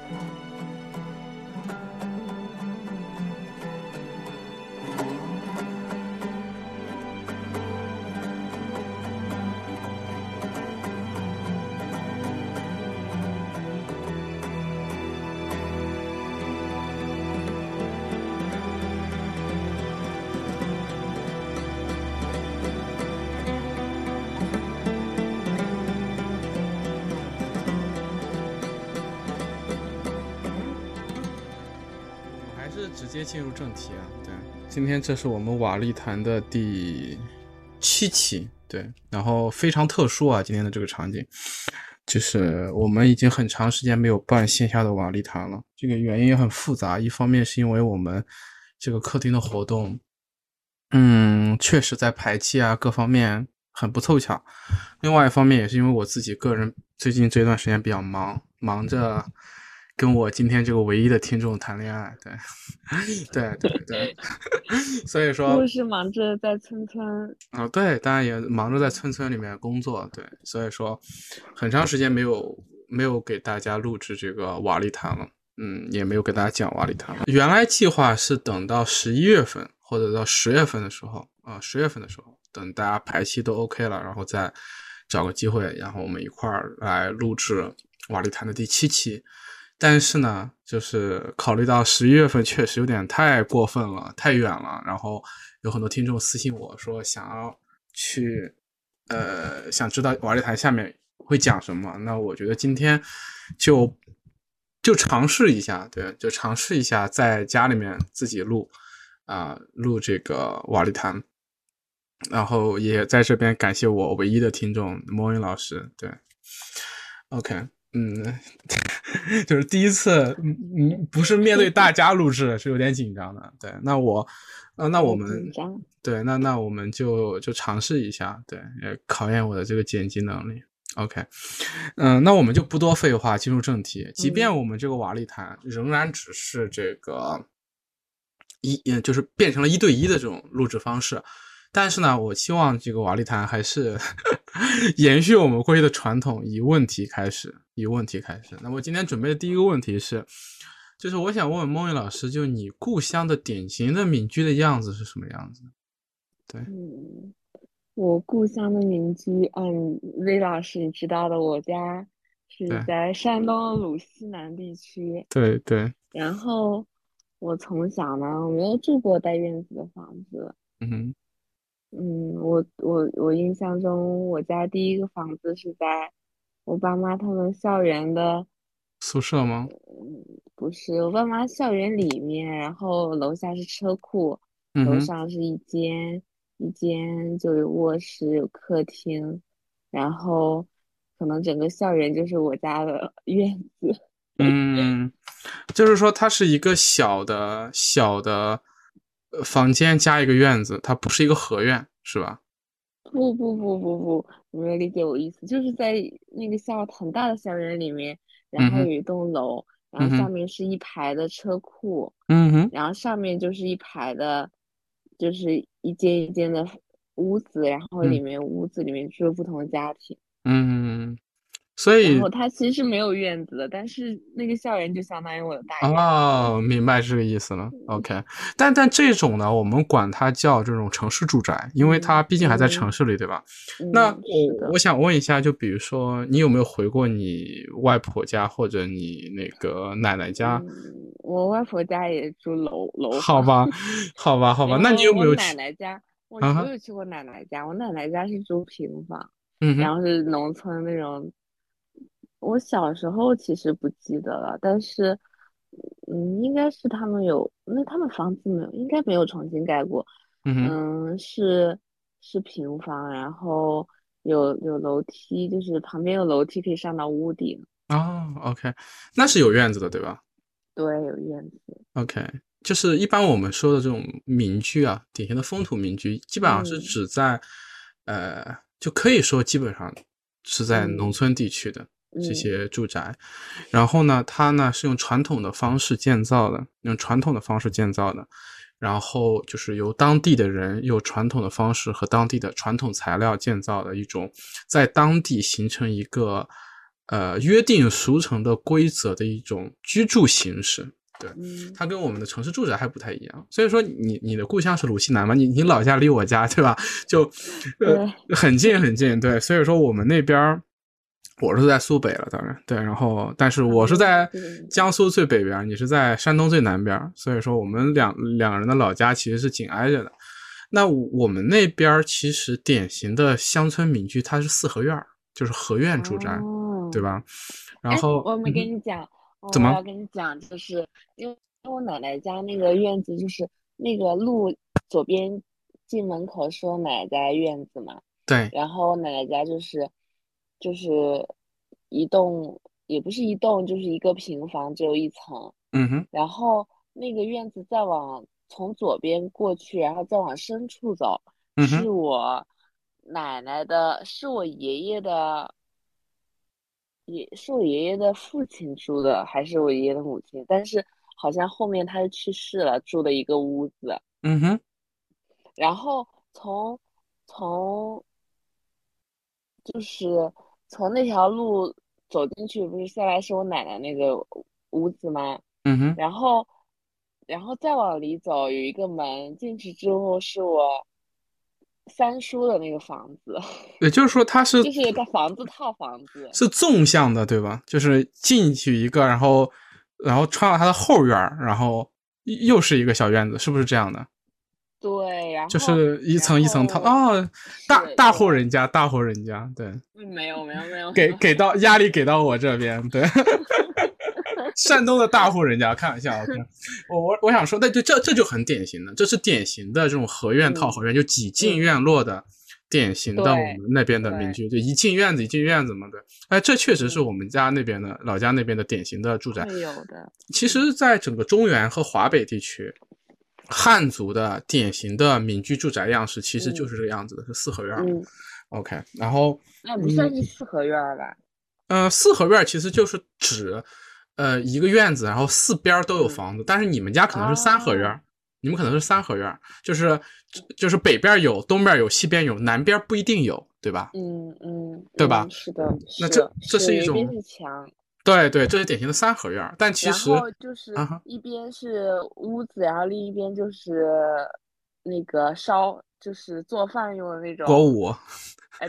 还是直接进入正题啊。对，今天这是我们瓦砾谈的第7期，对，然后非常特殊啊，今天的这个场景，就是我们已经很长时间没有办线下的瓦砾谈了。这个原因也很复杂，一方面是因为我们这个客厅的活动，确实在排期啊各方面很不凑巧。另外一方面也是因为我自己个人最近这段时间比较忙着跟我今天这个唯一的听众谈恋爱，对，对，所以说， 不是忙着在村村。 对，当然也忙着在村村里面工作，对，所以说很长时间没有给大家录制这个瓦砾谈了，也没有给大家讲瓦砾谈了。原来计划是等到11月份或者到10月份的时候10月份的时候，等大家排期都 OK 了，然后再找个机会，然后我们一块儿来录制瓦砾谈的第7期。但是呢，就是考虑到11月份确实有点太过分了，太远了，然后有很多听众私信我说想要去，想知道瓦砾谈下面会讲什么。那我觉得今天就尝试一下，对，就尝试一下在家里面自己录这个瓦砾谈，然后也在这边感谢我唯一的听众莫云老师，对 ，OK。就是第一次，不是面对大家录制，是有点紧张的。对，那我们紧张。 对，那我们就尝试一下，对，也考验我的这个剪辑能力。OK，那我们就不多废话，进入正题。即便我们这个瓦砾谈仍然只是这个就是变成了1对1的这种录制方式，但是呢，我希望这个瓦砾谈还是延续我们过去的传统，以问题开始。那么今天准备的第一个问题是，就是我想问问孟云老师，就你故乡的典型的民居的样子是什么样子？对， 我故乡的民居，魏老师你知道的，我家是对， 在山东的鲁西南地区。 对， 然后我从小呢，我没有住过带院子的房子。 嗯哼， 我印象中，我家第一个房子是在我爸妈他们校园的。 宿舍吗？ 不是，我爸妈校园里面，然后楼下是车库，楼嗯哼， 上是一间就有卧室有客厅，然后可能整个校园就是我家的院子。 嗯，就是说它是一个小的房间加一个院子，它不是一个合院，是吧？ 不，你没有理解我意思，就是在那个很大的校园里面，然嗯哼， 后有一栋楼，然后下嗯哼， 面是一排的车库， 嗯哼， 然后上面就是一排的，就是一间一间的屋子，然后嗯屋子里面住了不同的家庭。 嗯，所以然后它其实是没有院子的，但是那个校园就相当于我的大院子。 明白这个意思了。OK，但这种呢，我们管它叫这种城市住宅，因为它毕竟还在城市里，对吧？那是的。 我想问一下，就比如说，你有没有回过你外婆家或者你那个奶奶家？ 我外婆家也住楼房。 好吧，好吧，那你然后我有没有去？ 奶奶家，我啊哈， 有去过奶奶家，我奶奶家是住平房， 嗯哼， 然后是农村那种。我小时候其实不记得了，但是，应该是他们房子没有，应该没有重新盖过。 嗯哼， 是平房，然后有楼梯，就是旁边有楼梯可以上到屋顶。 OK，那是有院子的，对吧对，有院子。 ？OK，就是一般我们说的这种民居啊，典型的风土民居，基本上是嗯指在，就可以说基本上是在农嗯村地区的这嗯些住宅。然后呢，它呢是用传统的方式建造的，然后就是由当地的人用传统的方式和当地的传统材料建造的一种，在当地形成一个约定俗成的规则的一种居住形式。对，它跟我们的城市住宅还不太一样。所以说你的故乡是鲁西南嘛，你老家离我家对吧？就很近很近。对，所以说我们那边我是在苏北了，当然对，然后但是我是在江苏最北边，你是在山东最南边，所以说我们两个人的老家其实是紧挨着的。那我们那边其实典型的乡村民居，它是四合院，就是合院住宅，对吧？然后我没跟你讲， 怎么？ 我要跟你讲，就是因为我奶奶家那个院子，就是那个路左边进门口是我奶奶家院子嘛， 对， 然后我奶奶家就是一栋，也不是一栋，就是一个平房，只有一层， 嗯哼， 然后那个院子再从左边过去，然后再往深处走， 嗯哼， 是我奶奶的，是我爷爷的。也是我爷爷的父亲住的，还是我爷爷的母亲？但是好像后面他是去世了，住的一个屋子。 嗯哼， 然后从就是从那条路走进去，不是下来是我奶奶那个屋子吗？ 嗯哼， 然后再往里走，有一个门，进去之后是我三叔的那个房子， 也就是说它是就是个房子套房子。 是纵向的，对吧？就是进去一个，然后穿到它的后院，然后又是一个小院子，是不是这样的？ 对， 就是一层一层套然后哦，大户人家，大户人家，对， 没有没有没有， 给到压力给到我这边，对。山东的大户人家，开玩笑，OK，我想说，对，这就很典型的，这是典型的这种合院套合院，就几进院落的典型的我们那边的民居，就一进院子一进院子嘛，对，哎，这确实是我们家那边的老家那边的典型的住宅。 会有的。 其实，在整个中原和华北地区，汉族的典型的民居住宅样式其实就是这个样子的，是四合院。OK，然后那不算是四合院吧？ 四合院其实就是指一个院子，然后四边都有房子，但是你们家可能是三合院，你们可能是三合院，就是北边有，东边有，西边有，南边不一定有，对吧？ 对吧？ 是的， 那这是一种， 是墙， 对，这是典型的三合院，但其实然后就是一边是屋子，然后另一边就是那个就是做饭用的那种。 国五， 哎，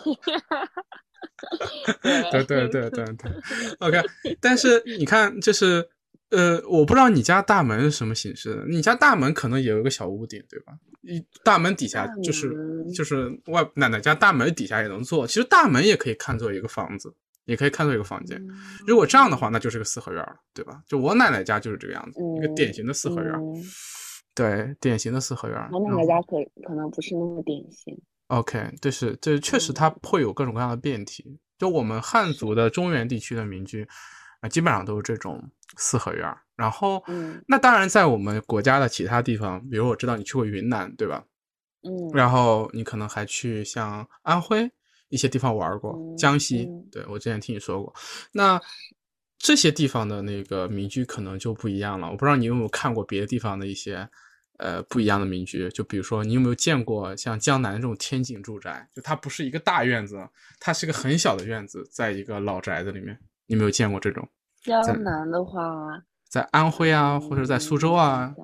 对，OK，但是你看，就是我不知道你家大门是什么形式的，你家大门可能也有一个小屋顶，对吧？大门底下就是奶奶家大门底下也能做，其实大门也可以看作一个房子，也可以看作一个房间。如果这样的话，那就是个四合院了，对吧？就我奶奶家就是这个样子，一个典型的四合院。对，典型的四合院。 我奶奶家可能不是那么典型。 OK，这确实它会有各种各样的变体。就我们汉族的中原地区的民居基本上都是这种四合院。然后那当然在我们国家的其他地方，比如我知道你去过云南，对吧？然后你可能还去像安徽一些地方玩过，江西，对，我之前听你说过。那这些地方的那个民居可能就不一样了。我不知道你有没有看过别的地方的一些不一样的民居，就比如说你有没有见过像江南这种天井住宅，就它不是一个大院子，它是一个很小的院子，在一个老宅子里面，你有没有见过这种？ 江南的话， 在安徽啊，或者在苏州啊，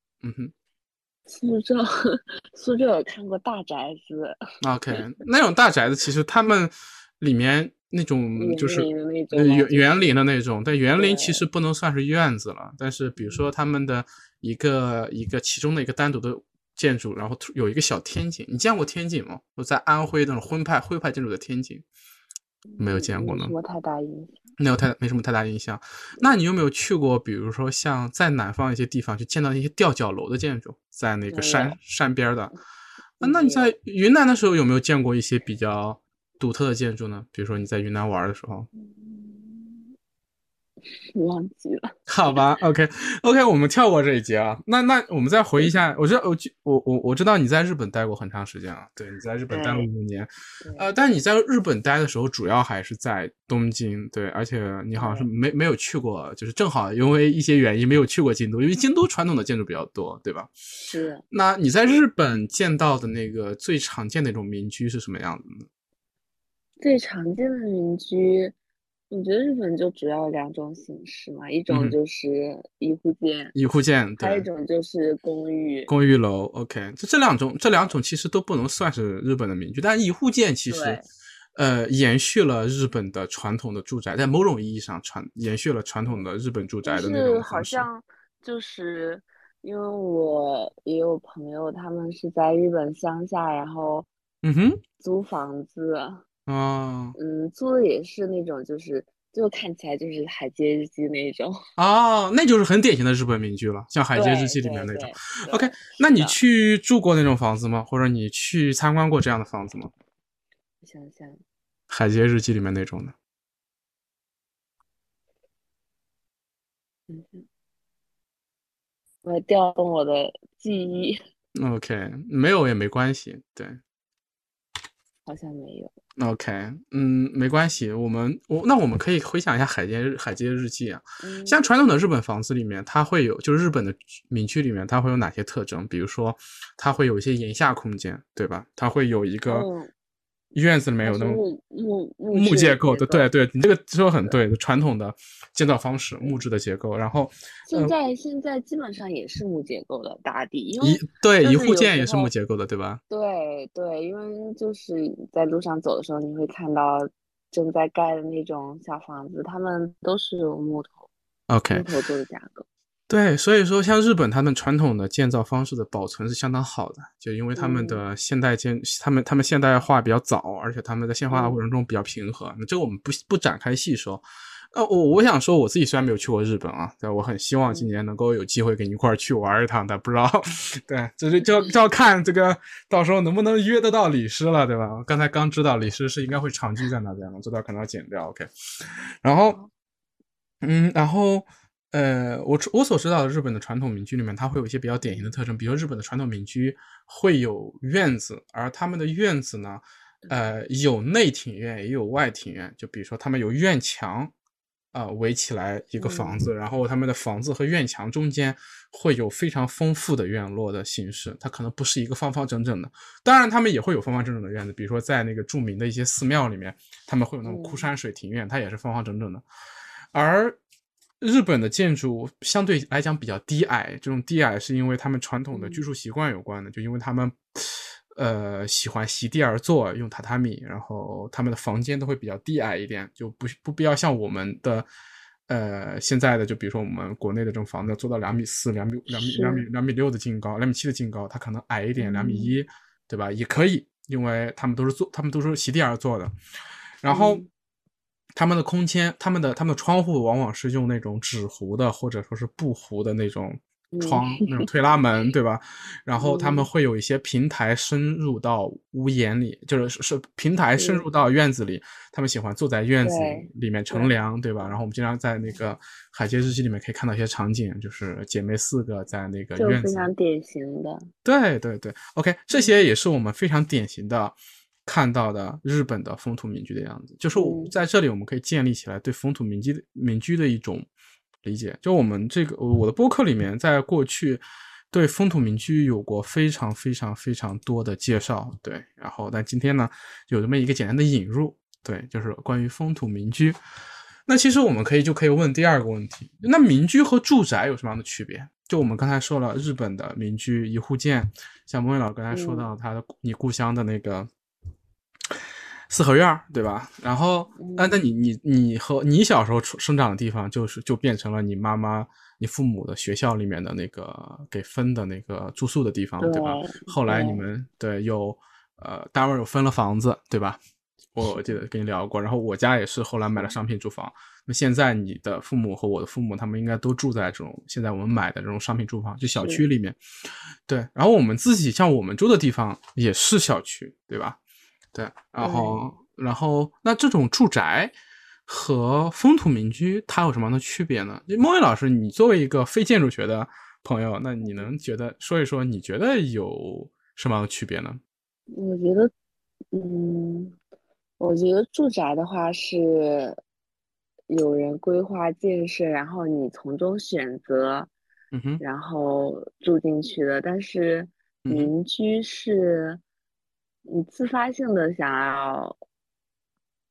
苏州有看过大宅子。 OK， 那种大宅子其实他们里面那种就是园林的那种，但园林其实不能算是院子了。但是比如说他们的一个其中的一个单独的建筑，然后有一个小天井，你见过天井吗？我在安徽那种徽派建筑的天井，没有见过呢。 没什么太大印象。 没什么太大印象。那你有没有去过，比如说像在南方一些地方，就见到一些吊脚楼的建筑，在那个山边的？那你在云南的时候有没有见过一些比较独特的建筑呢？比如说你在云南玩的时候。 忘记了。 好吧 ，OK， 我们跳过这一节啊。那我们再回忆一下，我知道你在日本待过很长时间啊，对，你在日本待了5年，但你在日本待的时候，主要还是在东京，对，而且你好像是没有去过，就是正好因为一些原因没有去过京都，因为京都传统的建筑比较多，对吧？ 是。 那你在日本见到的那个最常见的那种民居是什么样子呢？ 最常见的民居， 我觉得日本就主要两种形式嘛，一嗯哼， 种就是一户建， 一户建， 还有一对， 种就是公寓。 公寓楼，OK，这两种其实都不能算是日本的民居，但一户建其实， 对， 延续了日本的传统的住宅，在某种意义上延续了传统的日本住宅的那但是种方式。 好像就是因为我也有朋友，他们是在日本乡下，然后嗯哼， 租房子， 哦租的也是那种就看起来就是《海街日记》那种。 哦，那就是很典型的日本民居了，像《海街日对记》里面那种。 对对 OK， 对， 那你是的。 去住过那种房子吗？或者你去参观过这样的房子吗？ 我想想， 《海街日记》里面那种的。 嗯，我调动我的记忆， OK，没有也没关系，对。 好像没有。 OK，没关系，那我们可以回想一下《海街日记》啊，像嗯， 传统的日本房子里面，它会有就是日本的民居里面，它会有哪些特征？比如说，它会有一些檐下空间，对吧？它会有一个哦， 院子里面它是有那种木木质的结构的，对结构。 对，你这个说得很对对，传统的建造方式，木对， 质的结构，然后现在基本上也是木结构的大地，因一为对一就是户建也是木有时候， 结构的，对吧对对，因为就是在路上走的时候，你会看到正在盖的那种小房子，他们都是用木 ？OK， 头做的架构。 对，所以说像日本他们传统的建造方式的保存是相当好的，就因为他们嗯的他们现代化比较早，而且他们在现代化的过嗯程中比较平和。那这个我们不展开细说。我想说，我自己虽然没有去过日本啊，但我很希望今嗯， 年能够有机会跟你一块儿去玩一趟，但不知道，对，就要看这个到时候能不能约得到李师了，对吧？我刚才刚知道李师是应该会长居在那边的，这段可能要剪掉，OK。然后好， 然后，我所知道的日本的传统民居里面，它会有一些比较典型的特征，比如日本的传统民居会有院子，而他们的院子呢，有内庭院也有外庭院，就比如说他们有院墙，围起来一个房嗯子，然后他们的房子和院墙中间会有非常丰富的院落的形式，它可能不是一个方方正正的，当然他们也会有方方正正的院子，比如说在那个著名的一些寺庙里面，他们会有那种枯嗯山水庭院，它也是方方正正的。而日本的建筑相对来讲比较低矮，这种低矮是因为他们传统的居嗯住习惯有关的，就因为他们喜欢席地而坐，用榻榻米，然后他们的房间都会比较低矮一点，就不必要像我们的现在的，就比如说我们国内的这种房子做到2.4米、 是， 2.6米的净高、2.7米的净高，它可能矮一点嗯 2.1米，对吧？也可以，因为他们都是席地而坐的。然后嗯他们的空间，他们的窗户往往是用那种纸糊的或者说是布糊的那种嗯窗，那种推拉门，对吧？然后他们嗯会有一些平台深入到屋檐里，就是平台深入嗯， 到院子里，他们喜欢坐在院子对里面乘对， 凉，对吧？然后我们经常在那个《海街日记》里面可以看到一些场景，就是姐妹4个在那个就非院子里， 常典型的。 对对对，OK，这嗯些也是我们非常典型的看到的日本的风土民居的样子。就是嗯在这里，我们可以建立起来对风土民居的一种理解。就我们这个我的播客里面，在过去对风土民居有过非常非常非常多的介绍，对。然后，但今天呢，有这么一个简单的引入，对，就是关于风土民居。那其实我们就可以问第二个问题：那民居和住宅有什么样的区别？就我们刚才说了，日本的民居一户建，像孟伟老师刚才说嗯到你故乡的那个四合院，对吧？然后，那嗯， 你和你小时候生长的地方，就变成了你妈妈、你父母的学校里面的那个给分的那个住宿的地方， 对对吧？后来你对， 们有单位有分了房子，对吧？我记是的， 得跟你聊过，然后我家也是后来买了是， 商品住房。那现在你的父母和我的父母，他们应该都住在这种现在我们买的这种商品住房，就小区是， 里面。对，然后我们自己像我们住的地方也是小区，对吧？对，然后对。 那这种住宅和风土民居它有什么样的区别呢？孟伟老师，你作为一个非建筑学的朋友，那你能说一说，你觉得有什么样的区别呢？ 我觉得，嗯，我觉得住宅的话是有人规划建设，然后你从中选择， 嗯哼， 然后住进去的。但是嗯哼， 民居是你自发性的想要。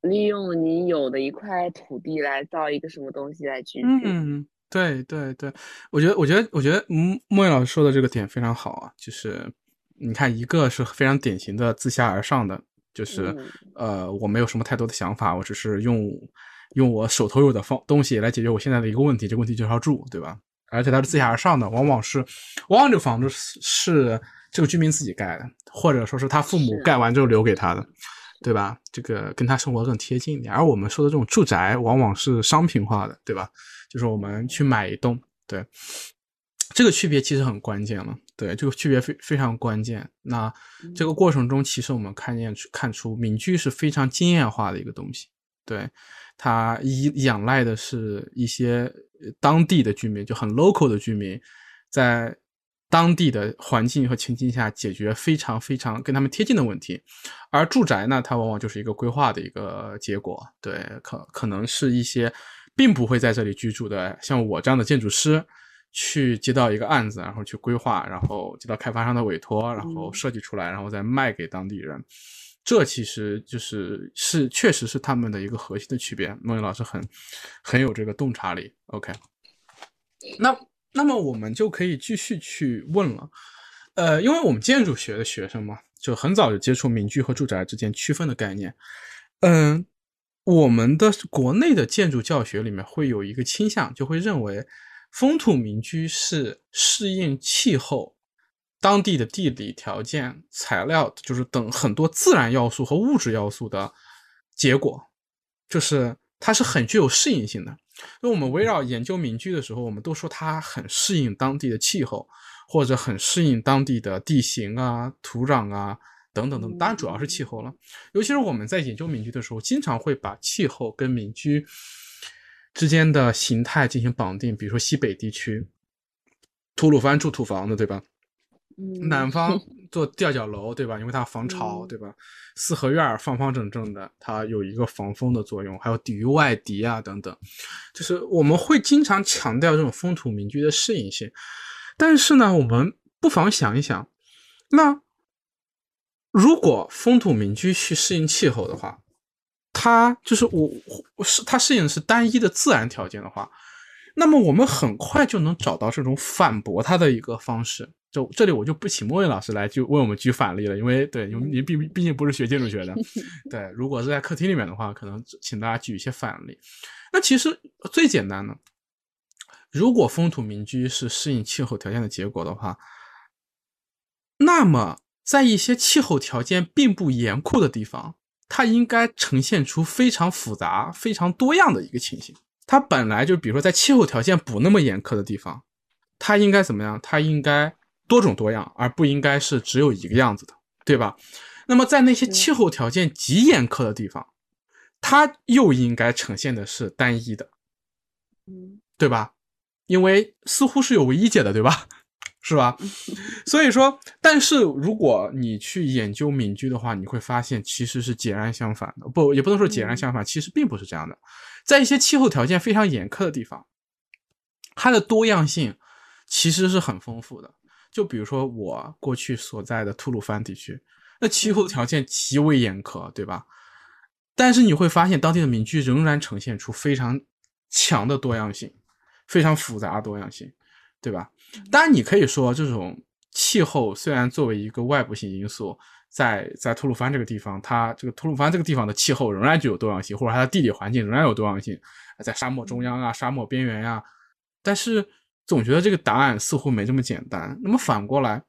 利用你有的一块土地来造一个什么东西来居住。 嗯，对对对，我觉得，莫言老师说的这个点非常好啊，就是你看，一个是非常典型的自下而上的，就是嗯我没有什么太多的想法，我只是用我手头有的东西来解决我现在的一个问题，这个问题就是要住，对吧？而且它是自下而上的，往往这个房子是这个居民自己盖的，或者说是他父母是盖完之后留给他的，对吧？这个跟他生活更贴近一点。而我们说的这种住宅，往往是商品化的，对吧？就是我们去买一栋，对，这个区别其实很关键了，对，这个区别非常关键。那这个过程中，其实我们看出民居是非常经验化的一个东西，对，它仰赖的是一些当地的居民，就很 local 的居民，在当地的环境和情境下解决非常非常跟他们贴近的问题，而住宅呢，它往往就是一个规划的一个结果，对，可能是一些并不会在这里居住的，像我这样的建筑师去接到一个案子，然后去规划，然后接到开发商的委托，然后设计出来，然后再卖给当地人。这其实确实是他们的一个核心的区别。孟云老师很有这个洞察力。OK，那么我们就可以继续去问了。因为我们建筑学的学生嘛，就很早就接触民居和住宅之间区分的概念。我们的国内的建筑教学里面会有一个倾向，就会认为风土民居是适应气候、当地的地理条件、材料，就是等很多自然要素和物质要素的结果，就是它是很具有适应性的。因为我们围绕研究民居的时候，我们都说它很适应当地的气候，或者很适应当地的地形啊、土壤啊等等等，当然主要是气候了。尤其是我们在研究民居的时候，经常会把气候跟民居之间的形态进行绑定，比如说西北地区，吐鲁番住土房的，对吧？南方做吊脚楼，对吧？因为它防潮，对吧？四合院方方正正的，它有一个防风的作用，还有抵御外敌啊等等。就是我们会经常强调这种风土民居的适应性，但是呢，我们不妨想一想，那如果风土民居去适应气候的话，它就是它适应的是单一的自然条件的话，那么我们很快就能找到这种反驳它的一个方式。就这里我就不请莫言老师来就为我们举反例了，因为对，因为您毕竟不是学建筑学的，对，如果是在客厅里面的话，可能请大家举一些反例。那其实最简单的，如果风土民居是适应气候条件的结果的话，那么在一些气候条件并不严酷的地方，它应该呈现出非常复杂、非常多样的一个情形。它本来就比如说在气候条件不那么严苛的地方，它应该怎么样？它应该多种多样，而不应该是只有一个样子的，对吧？那么在那些气候条件极严苛的地方，它又应该呈现的是单一的，对吧？因为似乎是有唯一解的，对吧？是吧？所以说，但是如果你去研究民居的话，你会发现其实是截然相反的。不，也不能说截然相反，其实并不是这样的。在一些气候条件非常严苛的地方，它的多样性其实是很丰富的。就比如说我过去所在的吐鲁番地区，那气候条件极为严苛，对吧？但是你会发现当地的民居仍然呈现出非常强的多样性，非常复杂的多样性，对吧？当然，你可以说这种气候虽然作为一个外部性因素，在吐鲁番这个地方，它这个吐鲁番这个地方的气候仍然具有多样性，或者它的地理环境仍然有多样性，在沙漠中央啊、沙漠边缘啊，但是总觉得这个答案似乎没这么简单。那么反过来，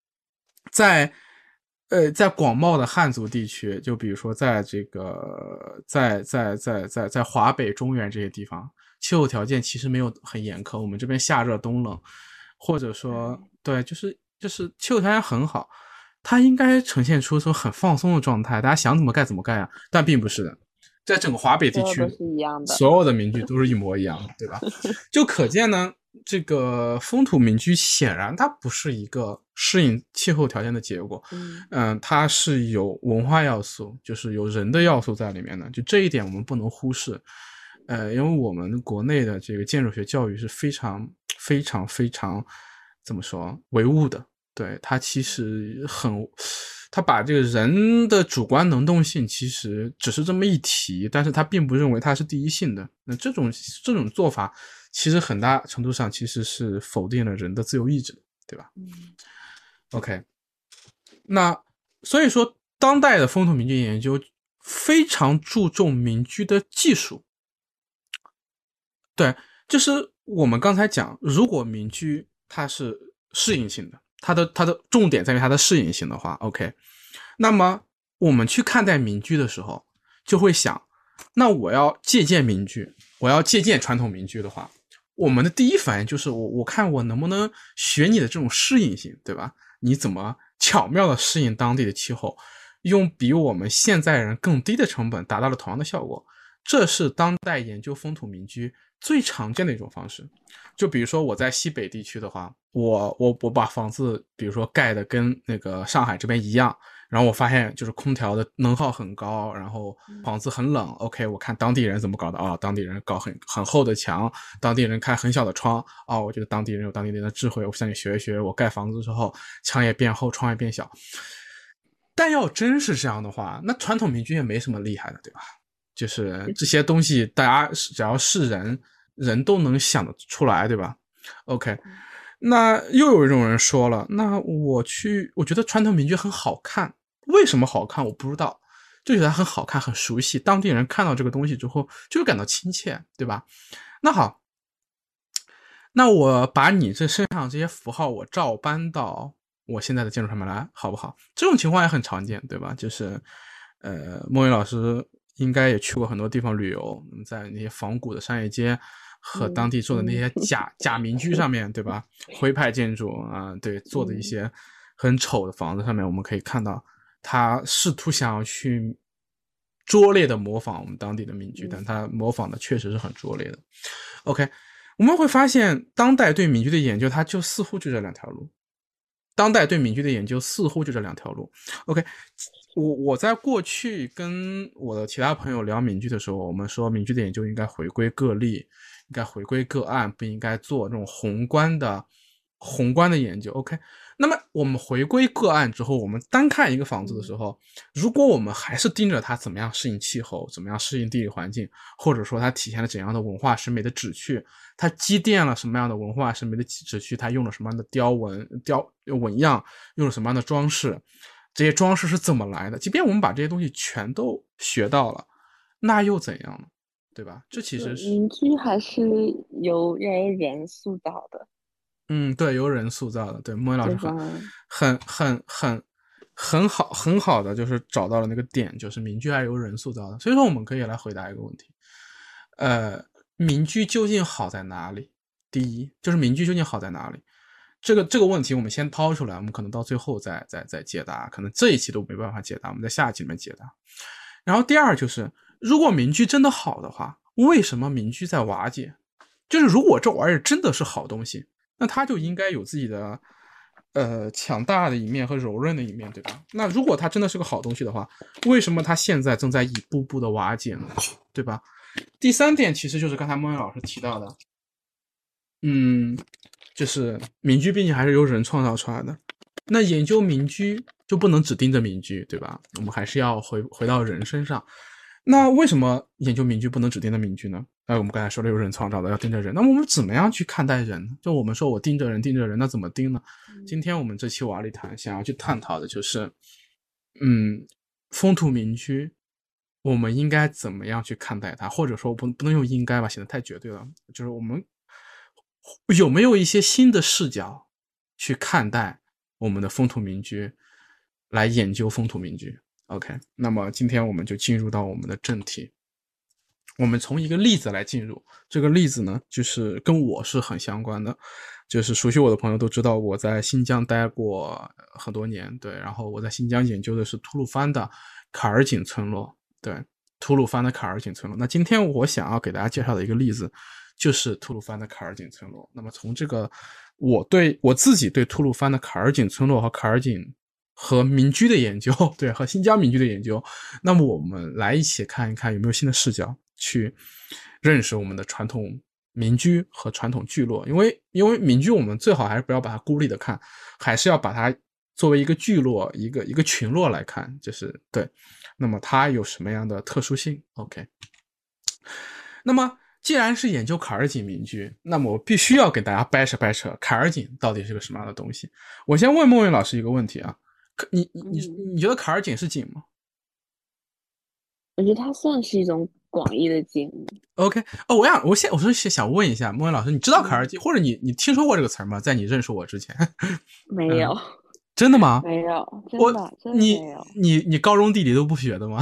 在广袤的汉族地区，就比如说在这个在华北、中原这些地方，气候条件其实没有很严苛，我们这边夏热冬冷，或者说对，就是气候条件很好，它应该呈现出一种很放松的状态，大家想怎么盖怎么盖啊，但并不是的，在整个华北地区， 所有都是一样的。 所有的民居都是一模一样的，对吧？就可见呢，这个风土民居显然它不是一个适应气候条件的结果，它是有文化要素，就是有人的要素在里面的，就这一点我们不能忽视。因为我们国内的这个建筑学教育是非常非常非常怎么说唯物的，对，它其实他把这个人的主观能动性其实只是这么一提，但是他并不认为它是第一性的。那这种做法，其实很大程度上其实是否定了人的自由意志，对吧？OK， 那所以说，当代的风土民居研究非常注重民居的技术。对，就是我们刚才讲，如果民居它是适应性的，它的重点在于它的适应性的话 ，OK， 那么我们去看待民居的时候，就会想，那我要借鉴民居，我要借鉴传统民居的话，我们的第一反应就是我看我能不能学你的这种适应性，对吧？你怎么巧妙的适应当地的气候，用比我们现在人更低的成本达到了同样的效果。这是当代研究风土民居最常见的一种方式。就比如说我在西北地区的话，我把房子比如说盖的跟那个上海这边一样，然后我发现就是空调的能耗很高，然后房子很冷。OK， 我看当地人怎么搞的啊？当地人搞很厚的墙，当地人开很小的窗啊。我觉得当地人有当地人的智慧，我向你学一学。我盖房子之后，墙也变厚，窗也变小。但要真是这样的话，那传统民居也没什么厉害的，对吧？就是这些东西，大家只要是人都能想得出来，对吧 ？OK， 那又有一种人说了，那我觉得传统民居很好看，为什么好看我不知道，就觉得很好看，很熟悉，当地人看到这个东西之后就会感到亲切，对吧？那好，那我把你这身上这些符号我照搬到我现在的建筑上面来，好不好？这种情况也很常见，对吧？就是莫云老师应该也去过很多地方旅游，在那些仿古的商业街和当地做的那些假民居上面，对吧？徽派建筑啊，对，做的一些很丑的房子上面，我们可以看到他试图想要去拙劣的模仿我们当地的民居，但他模仿的确实是很拙劣的。OK， 我们会发现当代对民居的研究，它就似乎就这两条路。当代对民居的研究似乎就这两条路。OK， 我在过去跟我的其他朋友聊民居的时候，我们说民居的研究应该回归个例，应该回归个案，不应该做这种宏观的研究。OK， 那么我们回归个案之后，我们单看一个房子的时候，如果我们还是盯着它怎么样适应气候，怎么样适应地理环境，或者说它体现了怎样的文化审美的旨趣，它积淀了什么样的文化审美的旨趣，它用了什么样的纹样，用了什么样的装饰，这些装饰是怎么来的，即便我们把这些东西全都学到了，那又怎样呢？对吧？这其实是民居还是由人塑造的， 对，由人塑造的。对，莫言老师对吧？ 很好的就是找到了那个点，就是民居还是由人塑造的。所以说我们可以来回答一个问题，民居究竟好在哪里？第一就是民居究竟好在哪里？这个问题我们先抛出来，我们可能到最后再解答，可能这一期都没办法解答，我们在下一期里面解答。然后第二就是，如果民居真的好的话，为什么民居在瓦解？就是如果这玩意儿真的是好东西，那它就应该有自己的强大的一面和柔韧的一面，对吧？那如果它真的是个好东西的话，为什么它现在正在一步步的瓦解呢？对吧？第三点其实就是刚才孟云老师提到的，就是民居毕竟还是由人创造出来的，那研究民居就不能只盯着民居，对吧？我们还是要回到人身上。那为什么研究民居不能只盯着民居呢？我们刚才说了有人创造的，要盯着人。那我们怎么样去看待人？就我们说我盯着人，那怎么盯呢？今天我们这期瓦砾谈想要去探讨的就是，风土民居，我们应该怎么样去看待它？或者说不能用应该吧，显得太绝对了。就是我们有没有一些新的视角去看待我们的风土民居，来研究风土民居？OK， 那么今天我们就进入到我们的正题。我们从一个例子来进入，这个例子呢，就是跟我是很相关的，就是熟悉我的朋友都知道我在新疆待过很多年，对，然后我在新疆研究的是吐鲁番的卡尔井村落，对，吐鲁番的卡尔井村落。那今天我想要给大家介绍的一个例子，就是吐鲁番的卡尔井村落。那么从这个我自己对吐鲁番的卡尔井村落和卡尔井和民居的研究，对，和新疆民居的研究，那么我们来一起看一看有没有新的视角去认识我们的传统民居和传统聚落。因为民居我们最好还是不要把它孤立的看，还是要把它作为一个聚落、一个群落来看，就是对。那么它有什么样的特殊性 ？OK。那么既然是研究坎儿井民居，那么我必须要给大家掰扯掰扯坎儿井到底是个什么样的东西。我先问孟云老师一个问题啊，你觉得坎儿井是井吗我觉得它算是一种广义的景。 ？OK，哦，我是想问一下孟云老师，你知道坎儿井，或者你听说过这个词吗？在你认识我之前， 没有， 嗯，真的吗？ 没有，真我的真的你没有。 你高中地理都不学的吗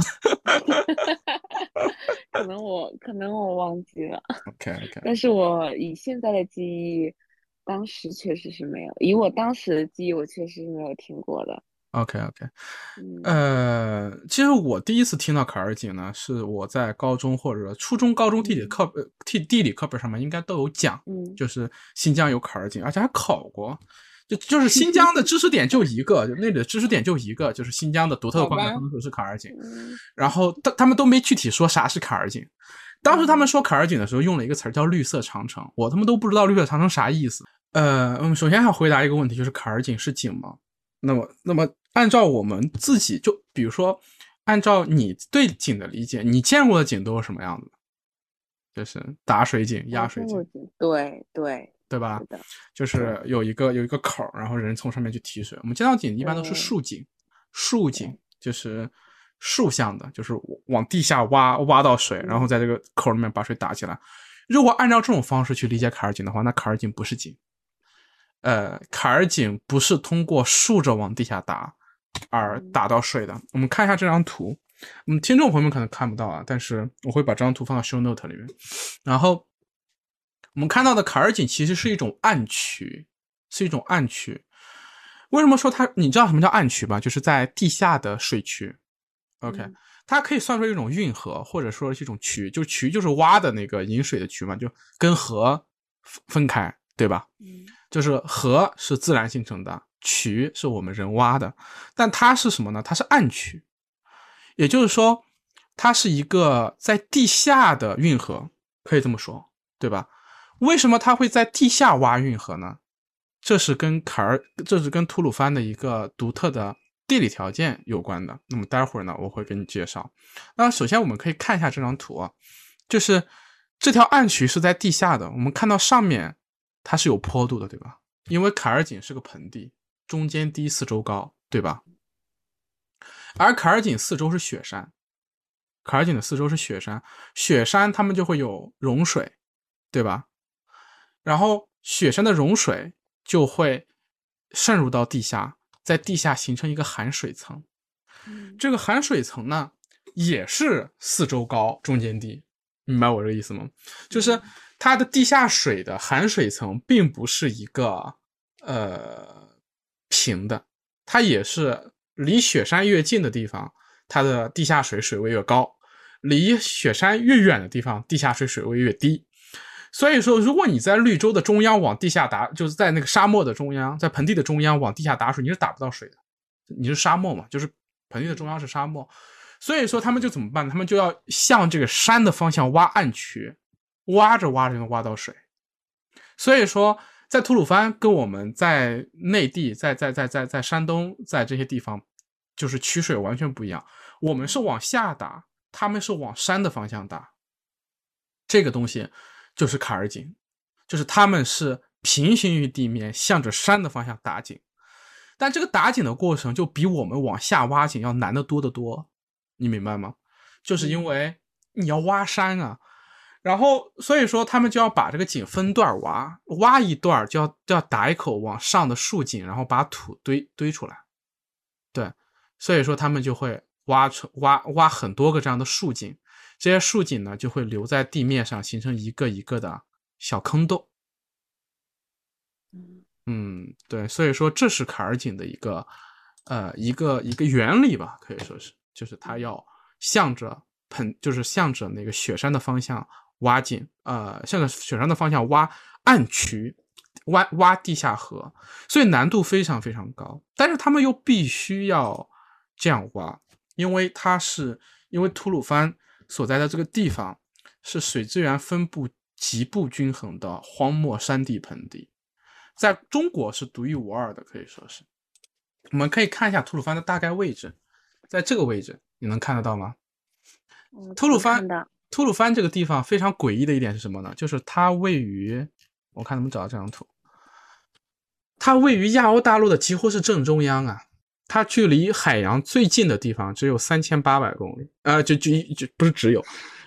可能我忘记了， ？OK OK 但是我以现在的记忆，当时确实是没有。以我当时的记忆，我确实是没有听过的。 OK OK， 嗯其实我第一次听到坎儿井呢，是我在高中或者初中、高中地理课本上面应该都有讲， 嗯， 就是新疆有坎儿井，而且还考过。就是新疆的知识点就一个，就那里的知识点就一个，就是新疆的独特的矿产好吧， 风土是坎儿井。 嗯然后他们都没具体说啥是坎儿井。当时他们嗯说坎儿井的时候用了一个词叫绿色长城，我他妈都不知道绿色长城啥意思。首先要回答一个问题，就是坎儿井是井吗？那么按照我们自己就比如说，按照你对井的理解，你见过的井都是什么样子？就是打水井、压我水井， 见过景，对对， 对吧？ 是的， 就是有一个口，然后人从上面去提水。我们见到井一般都是对竖井，竖井对， 就是竖向的，就是往地下挖到水，然后嗯在这个口里面把水打起来。如果按照这种方式去理解坎儿井的话，那坎儿井不是井。坎儿井不是通过竖着往地下打而嗯打到水的。我们看一下这张图，听众朋友们可能看不到啊，但是我会把这张图放到 show note 里面。然后我们看到的坎儿井其实是一种暗渠，是一种暗渠。为什么说它？你知道什么叫暗渠吧？就是在地下的水渠。OK， 嗯它可以算作一种运河，或者说是一种渠，就渠就是挖的那个引水的渠嘛，就跟河分开，对吧？ 嗯就是河是自然形成的，渠是我们人挖的，但它是什么呢？它是暗渠，也就是说，它是一个在地下的运河，可以这么说，对吧？为什么它会在地下挖运河呢？这是跟吐鲁番的一个独特的地理条件有关的。那么待会儿呢，我会给你介绍。那首先我们可以看一下这张图啊，就是这条暗渠是在地下的，我们看到上面它是有坡度的，对吧？因为坎儿井是个盆地，中间低四周高，对吧？而坎儿井四周是雪山，坎儿井的四周是雪山，雪山它们就会有融水，对吧？然后雪山的融水就会渗入到地下，在地下形成一个含水层。 嗯这个含水层呢，也是四周高，中间低，明白我这个意思吗？就是它的地下水的含水层并不是一个平的，它也是离雪山越近的地方，它的地下水水位越高；离雪山越远的地方，地下水水位越低。所以说，如果你在绿洲的中央往地下打，就是在那个沙漠的中央，在盆地的中央往地下打水，你是打不到水的。你是沙漠嘛，就是盆地的中央是沙漠，所以说他们就怎么办？他们就要向这个山的方向挖暗渠，挖着挖着能挖到水。所以说，在吐鲁番跟我们在内地、在山东，在这些地方，就是取水完全不一样。我们是往下打，他们是往山的方向打。这个东西就是坎儿井，就是他们是平行于地面，向着山的方向打井。但这个打井的过程就比我们往下挖井要难得多得多，你明白吗？就是因为你要挖山啊，然后所以说他们就要把这个井分段挖，挖一段就要打一口往上的竖井，然后把土堆出来。对，所以说他们就会挖很多个这样的竖井，这些竖井呢就会留在地面上，形成一个一个的小坑洞。对，所以说这是坎儿井的一个原理吧，可以说是，就是它要就是向着那个雪山的方向挖井，向着雪山的方向挖暗渠，挖地下河，所以难度非常非常高。但是他们又必须要这样挖，因为吐鲁番所在的这个地方是水资源分布极不均衡的荒漠山地盆地。在中国是独一无二的，可以说是。 我们可以看一下吐鲁番的大概位置，在这个位置你能看得到吗？吐鲁番这个地方非常诡异的一点是什么呢？就是它位于，我看能不能找到这张图，它位于亚欧大陆的几乎是正中央啊。它距离海洋最近的地方只有3800公里，就不是只有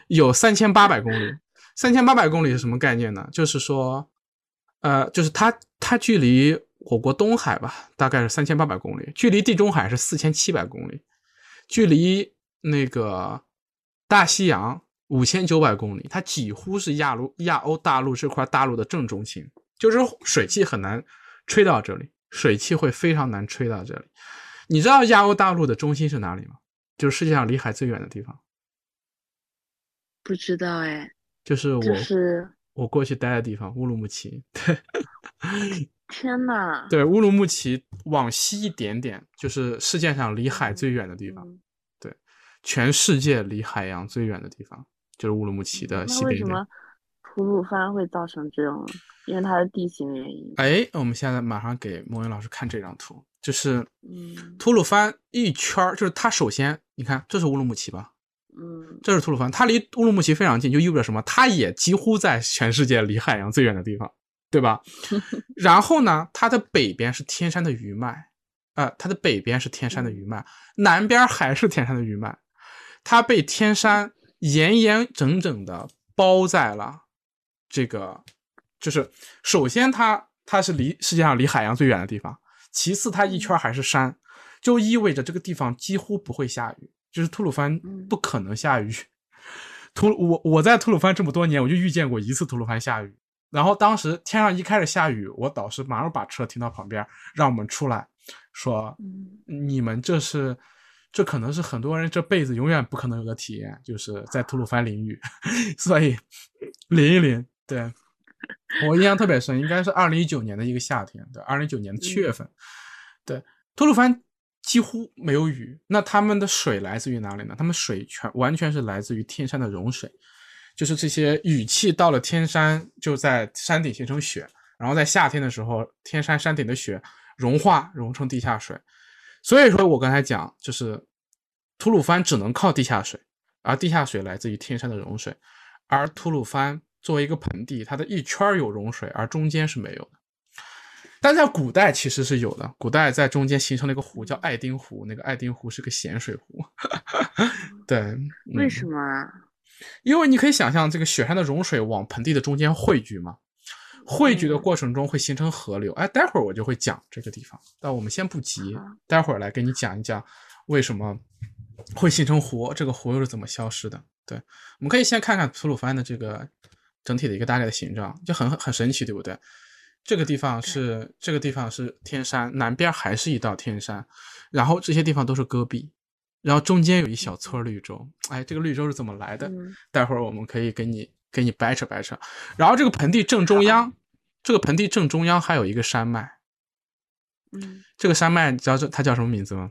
3800公里。3800公里是什么概念呢？就是说，就是它距离我国东海吧，大概是3800公里，距离地中海是4700公里，距离那个大西洋5900公里，它几乎是亚欧大陆这块大陆的正中心，就是水汽很难吹到这里，水汽会非常难吹到这里。你知道亚欧大陆的中心是哪里吗？就是世界上离海最远的地方。 不知道哎， 就是我过去待的地方，乌鲁木齐。对， 天哪！ 对，乌鲁木齐往西一点点，就是世界上离海最远的地方。对，全世界离海洋最远的地方就是乌鲁木齐的西北边。 那为什么吐鲁番会造成这种？因为它的地形原因。 我们现在马上给莫云老师看这张图，就是吐鲁番一圈，就是它首先你看这是乌鲁木齐吧，这是吐鲁番，它离乌鲁木齐非常近，就意味着什么？它也几乎在全世界离海洋最远的地方，对吧？然后呢，它的北边是天山的余脉，它的北边是天山的余脉，南边还是天山的余脉，它被天山严严整整的包在了这个，就是首先它是世界上离海洋最远的地方，其次它一圈还是山，就意味着这个地方几乎不会下雨。就是吐鲁番不可能下雨，我在吐鲁番这么多年，我就遇见过一次吐鲁番下雨。然后当时天上一开始下雨，我导师马上把车停到旁边，让我们出来，说：“你们这可能是很多人这辈子永远不可能有的体验，就是在吐鲁番淋雨。”所以淋一淋，对我印象特别深，应该是2019年的一个夏天，对，2019年的7月份，对，吐鲁番几乎没有雨，那他们的水来自于哪里呢？他们水完全是来自于天山的融水，就是这些雨气到了天山，就在山顶形成雪，然后在夏天的时候，天山山顶的雪融成地下水。所以说我刚才讲，就是吐鲁番只能靠地下水，而地下水来自于天山的融水，而吐鲁番作为一个盆地，它的一圈有融水，而中间是没有的。但在古代其实是有的，古代在中间形成了一个湖叫爱丁湖，那个爱丁湖是个咸水湖。对， 为什么啊？ 因为你可以想象这个雪山的融水往盆地的中间汇聚嘛，汇聚的过程中会形成河流。待会儿我就会讲这个地方，但我们先不急，待会儿来给你讲一讲为什么会形成湖，这个湖又是怎么消失的。对，我们可以先看看吐鲁番的这个整体的一个大概的形状，就很神奇，对不对？这个地方是天山，南边还是一道天山，然后这些地方都是戈壁，然后中间有一小撮绿洲。这个绿洲是怎么来的？待会儿我们可以给你掰扯掰扯。然后这个盆地正中央还有一个山脉，这个山脉你知道它叫什么名字吗？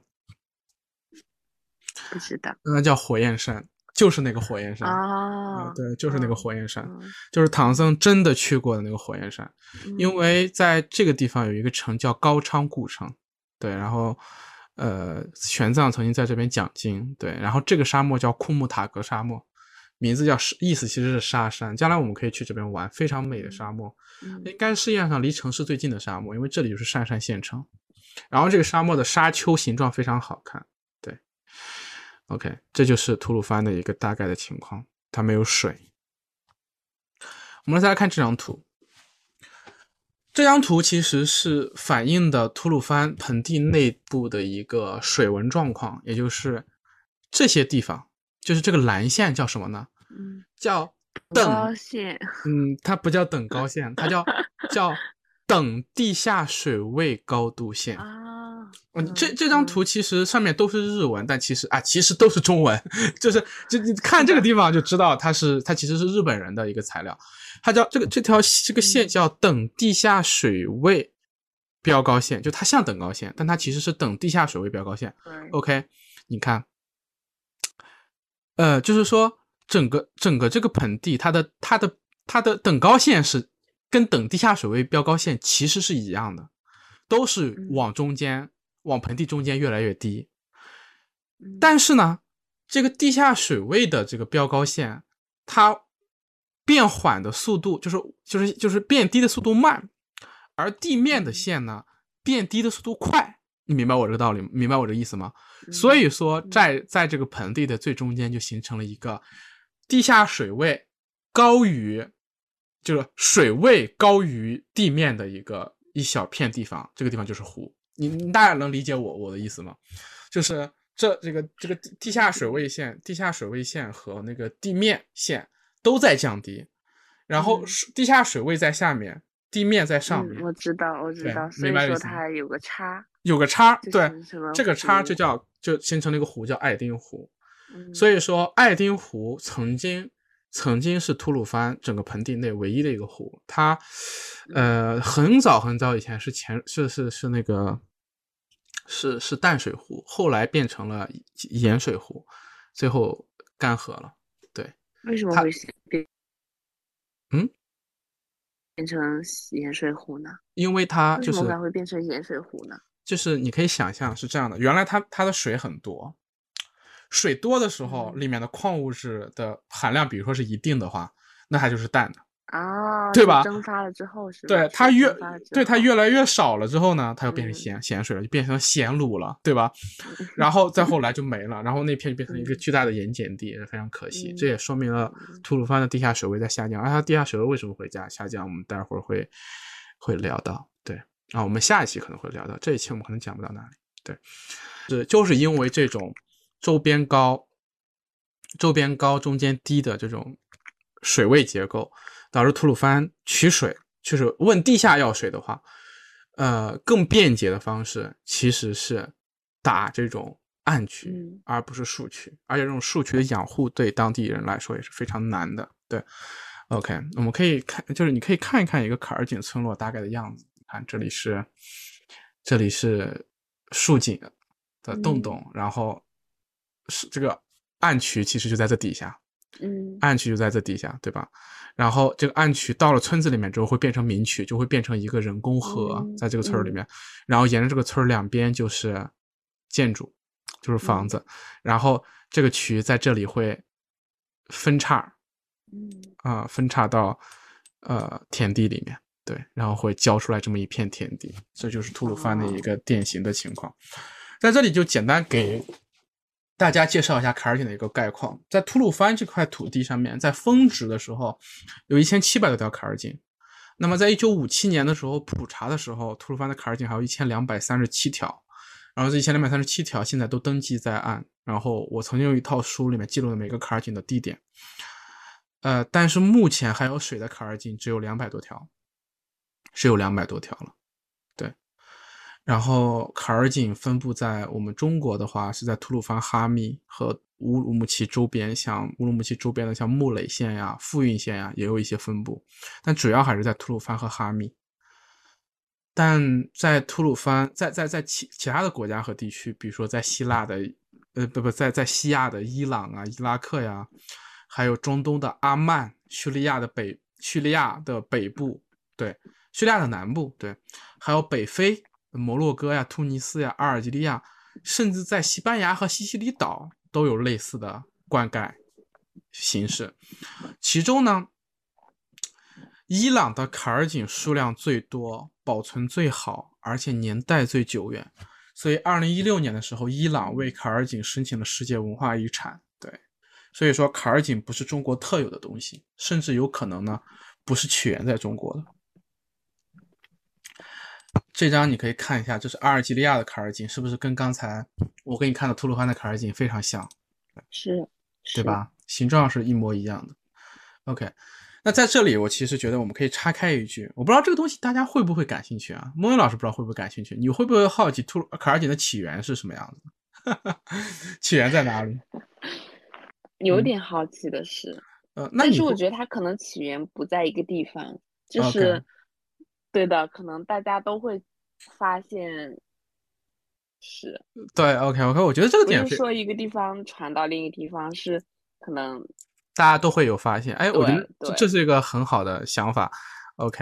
不知道。 那叫火焰山。就是那个火焰山对，就是那个火焰山，就是唐僧真的去过的那个火焰山。因为在这个地方有一个城叫高昌故城，对，然后玄奘曾经在这边讲经，对，然后这个沙漠叫库木塔格沙漠，意思其实是沙山，将来我们可以去这边玩，非常美的沙漠，应该是世界上离城市最近的沙漠，因为这里就是鄯善县城。然后这个沙漠的沙丘形状非常好看。OK， 这就是吐鲁番的一个大概的情况，它没有水。我们再来看这张图，这张图其实是反映的吐鲁番盆地内部的一个水文状况，也就是这些地方，就是这个蓝线叫什么呢？叫等高线。 它不叫等高线，它叫等地下水位高度线。这张图其实上面都是日文，但其实都是中文，就你看这个地方就知道它其实是日本人的一个材料，它叫这个线叫等地下水位标高线，就它像等高线，但它其实是等地下水位标高线。OK， 你看，就是说整个这个盆地，它的等高线是跟等地下水位标高线其实是一样的，都是往中间往盆地中间越来越低。 嗯但是呢，这个地下水位的这个标高线，它变缓的速度就是变低的速度慢，而地面的线呢变低的速度快。你明白我这个道理吗？明白我这个意思吗？所以说在这个盆地的最中间就形成了一个地下水位高于，就是水位高于地面的一小片地方，这个地方就是湖。你大家能理解我的意思吗？就是这个地下水位线和那个地面线都在降低，然后地下水位在下面，地面在上面。 我知道， 对， 所以说它有个差， 对，这个差就形成了一个湖，叫爱丁湖。所以说，爱丁湖曾经是吐鲁番整个盆地内唯一的一个湖，它很早很早以前是那个是淡水湖，后来变成了盐水湖，最后干涸了。对， 为什么会变成盐水湖呢？ 因为它就是为什么它会变成盐水湖呢？ 就是你可以想象是这样的，原来它的水很多，水多的时候，里面的矿物质的含量，比如说是一定的话，那它就是淡的。对吧？ 蒸发了之后是吧？ 对，它越来越少了之后呢，它又变成咸水了，就变成咸卤了，对吧？然后再后来就没了，然后那片就变成一个巨大的盐碱地，非常可惜。这也说明了吐鲁番的地下水位在下降，而它地下水位为什么会下降，我们待会儿会聊到。对啊，我们下一期可能会聊到，这一期我们可能讲不到那里。对，就是因为这种周边高中间低的这种水位结构，导致吐鲁番取水，就是问地下要水的话，更便捷的方式其实是打这种暗渠，而不是竖渠，而且这种竖渠的养护对当地人来说也是非常难的。对 ，OK， 我们可以看，就是你可以看一看一个坎儿井村落大概的样子。看这里是竖井的洞，然后是这个暗渠其实就在这底下。暗渠就在这底下，对吧？然后这个暗渠到了村子里面之后会变成明渠，就会变成一个人工河，在这个村里面，然后沿着这个村两边就是建筑，就是房子，然后这个渠在这里会分叉，分叉到田地里面，对，然后会浇出来这么一片田地，这就是吐鲁番的一个典型的情况。在这里就简单给大家介绍一下坎儿井的一个概况。在吐鲁番这块土地上面，在峰值的时候有1700多条坎儿井。那么在1957年的时候普查的时候，吐鲁番的坎儿井还有1237条，然后这1237条现在都登记在案。然后我曾经有一套书里面记录了每个坎儿井的地点，但是目前还有水的坎儿井只有200多条，是有200多条了。对，然后坎儿井分布在我们中国的话，是在吐鲁番哈密和乌鲁木齐周边，像乌鲁木齐周边的像木垒县呀、富蕴县呀，也有一些分布，但主要还是在吐鲁番和哈密。但在吐鲁番，在其他的国家和地区，比如说在希腊的，在西亚的伊朗啊、伊拉克呀，还有中东的阿曼、叙利亚的北部，对，叙利亚的南部，对，还有北非、摩洛哥呀、突尼斯呀、阿尔及利亚，甚至在西班牙和西西里岛都有类似的灌溉形式。其中呢，伊朗的坎儿井数量最多，保存最好，而且年代最久远。所以2016年的时候，伊朗为坎儿井申请了世界文化遗产。对，所以说坎儿井不是中国特有的东西，甚至有可能呢不是起源在中国的。这张你可以看一下，这是阿尔及利亚的坎儿井，是不是跟刚才我给你看的吐鲁番的坎儿井非常像？ 是， 对吧？形状是一模一样的。OK， 那在这里我其实觉得我们可以岔开一句，我不知道这个东西大家会不会感兴趣啊？莫云老师不知道会不会感兴趣，你会不会好奇坎儿井的起源是什么样子？起源在哪里？ 有点好奇的是，但是我觉得它可能起源不在一个地方，就是对的，可能大家都会发现是。 对 ，OK， 我觉得这个点不是说一个地方传到另一个地方，是可能大家都会有发现。哎，我觉得这是一个很好的想法。OK，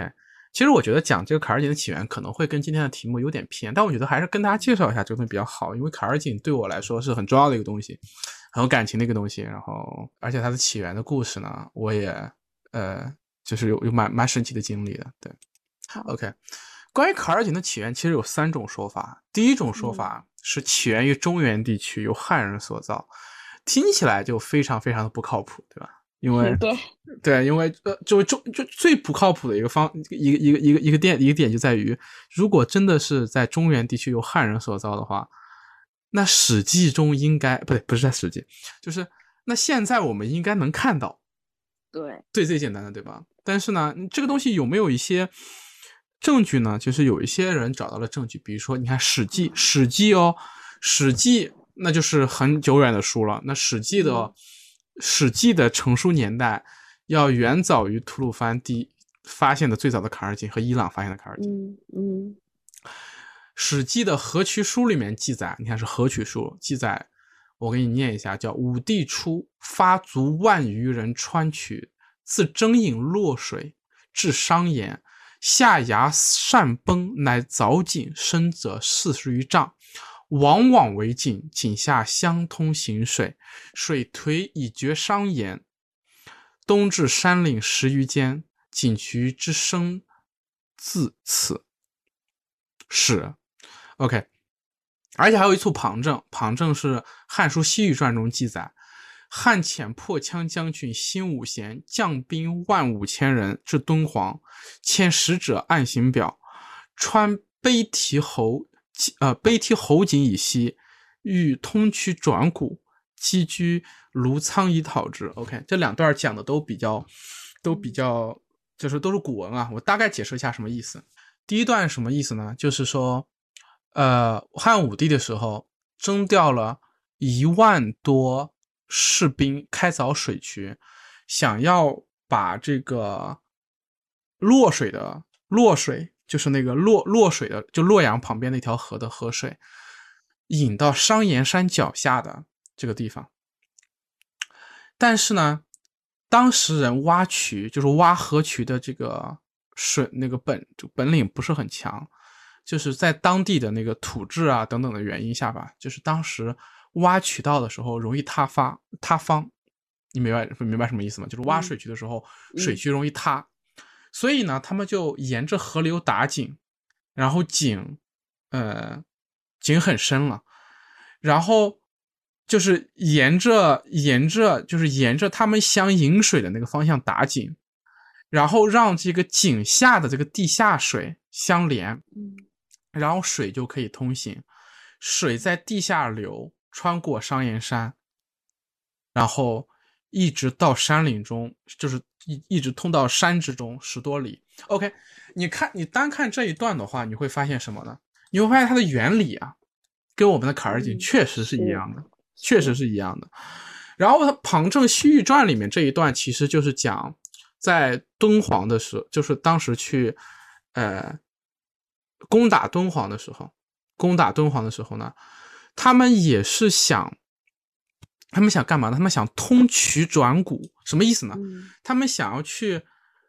其实我觉得讲这个卡尔井的起源可能会跟今天的题目有点偏，但我觉得还是跟大家介绍一下这个东西比较好，因为卡尔井对我来说是很重要的一个东西，很有感情的一个东西。然后，而且它的起源的故事呢，我也就是有蛮神奇的经历的。对，OK，关于卡尔井的起源，其实有3种说法。第一种说法是起源于中原地区，由汉人所造，听起来就非常非常的不靠谱，对吧？因为对，因为就最不靠谱的一个点就在于，如果真的是在中原地区由汉人所造的话，那《史记》中应该不是在《史记》，就是那现在我们应该能看到， 对， 最简单的，对吧？但是呢，这个东西有没有一些证据呢？就是有一些人找到了证据，比如说你看《史记》，《史记》那就是很久远的书了。那《史记》的成书年代要远早于吐鲁番发现的最早的卡尔井和伊朗发现的卡尔井。史记的河渠书里面记载，你看是河渠书记载，我给你念一下，叫武帝初发卒万余人穿渠，自征引洛水，至商岩，下崖善崩，乃凿井，深则40余丈，往往为井，井下相通行水，水颓以绝商岩，东至山岭10余间，井渠之深自此。是 OK， 而且还有一处旁证，旁证是《汉书西域传》中记载，汉遣破羌将军辛武贤将兵15000人至敦煌，遣使者按行表，穿碑题侯井以西，欲通衢转谷，积居卢仓以讨之。OK， 这2段讲的都比较就是都是古文啊，我大概解释一下什么意思。第一段什么意思呢？就是说汉武帝的时候征调了1万多士兵开凿水渠，想要把这个洛水就是那个洛水的，就洛阳旁边那条河的河水引到商岩山脚下的这个地方。但是呢，当时人挖渠，就是挖河渠的这个水那个本领不是很强，就是在当地的那个土质啊等等的原因下吧，就是当时挖渠道的时候容易塌方，你明白什么意思吗？就是挖水渠的时候，水渠容易塌，所以呢，他们就沿着河流打井，然后井很深了，然后就是沿着他们想引水的那个方向打井，然后让这个井下的这个地下水相连，然后水就可以通行，水在地下流，穿过商岩山，然后一直到山岭中，就是一直通到山之中10多里。OK， 你单看这一段的话，你会发现什么呢？你会发现它的原理啊，跟我们的卡尔井确实是一样的，确实是一样的。然后旁证西域传里面这一段其实就是讲在敦煌的时候，就是当时去攻打敦煌的时候呢，他们想干嘛呢？他们想通衢转谷，什么意思呢？他们想要去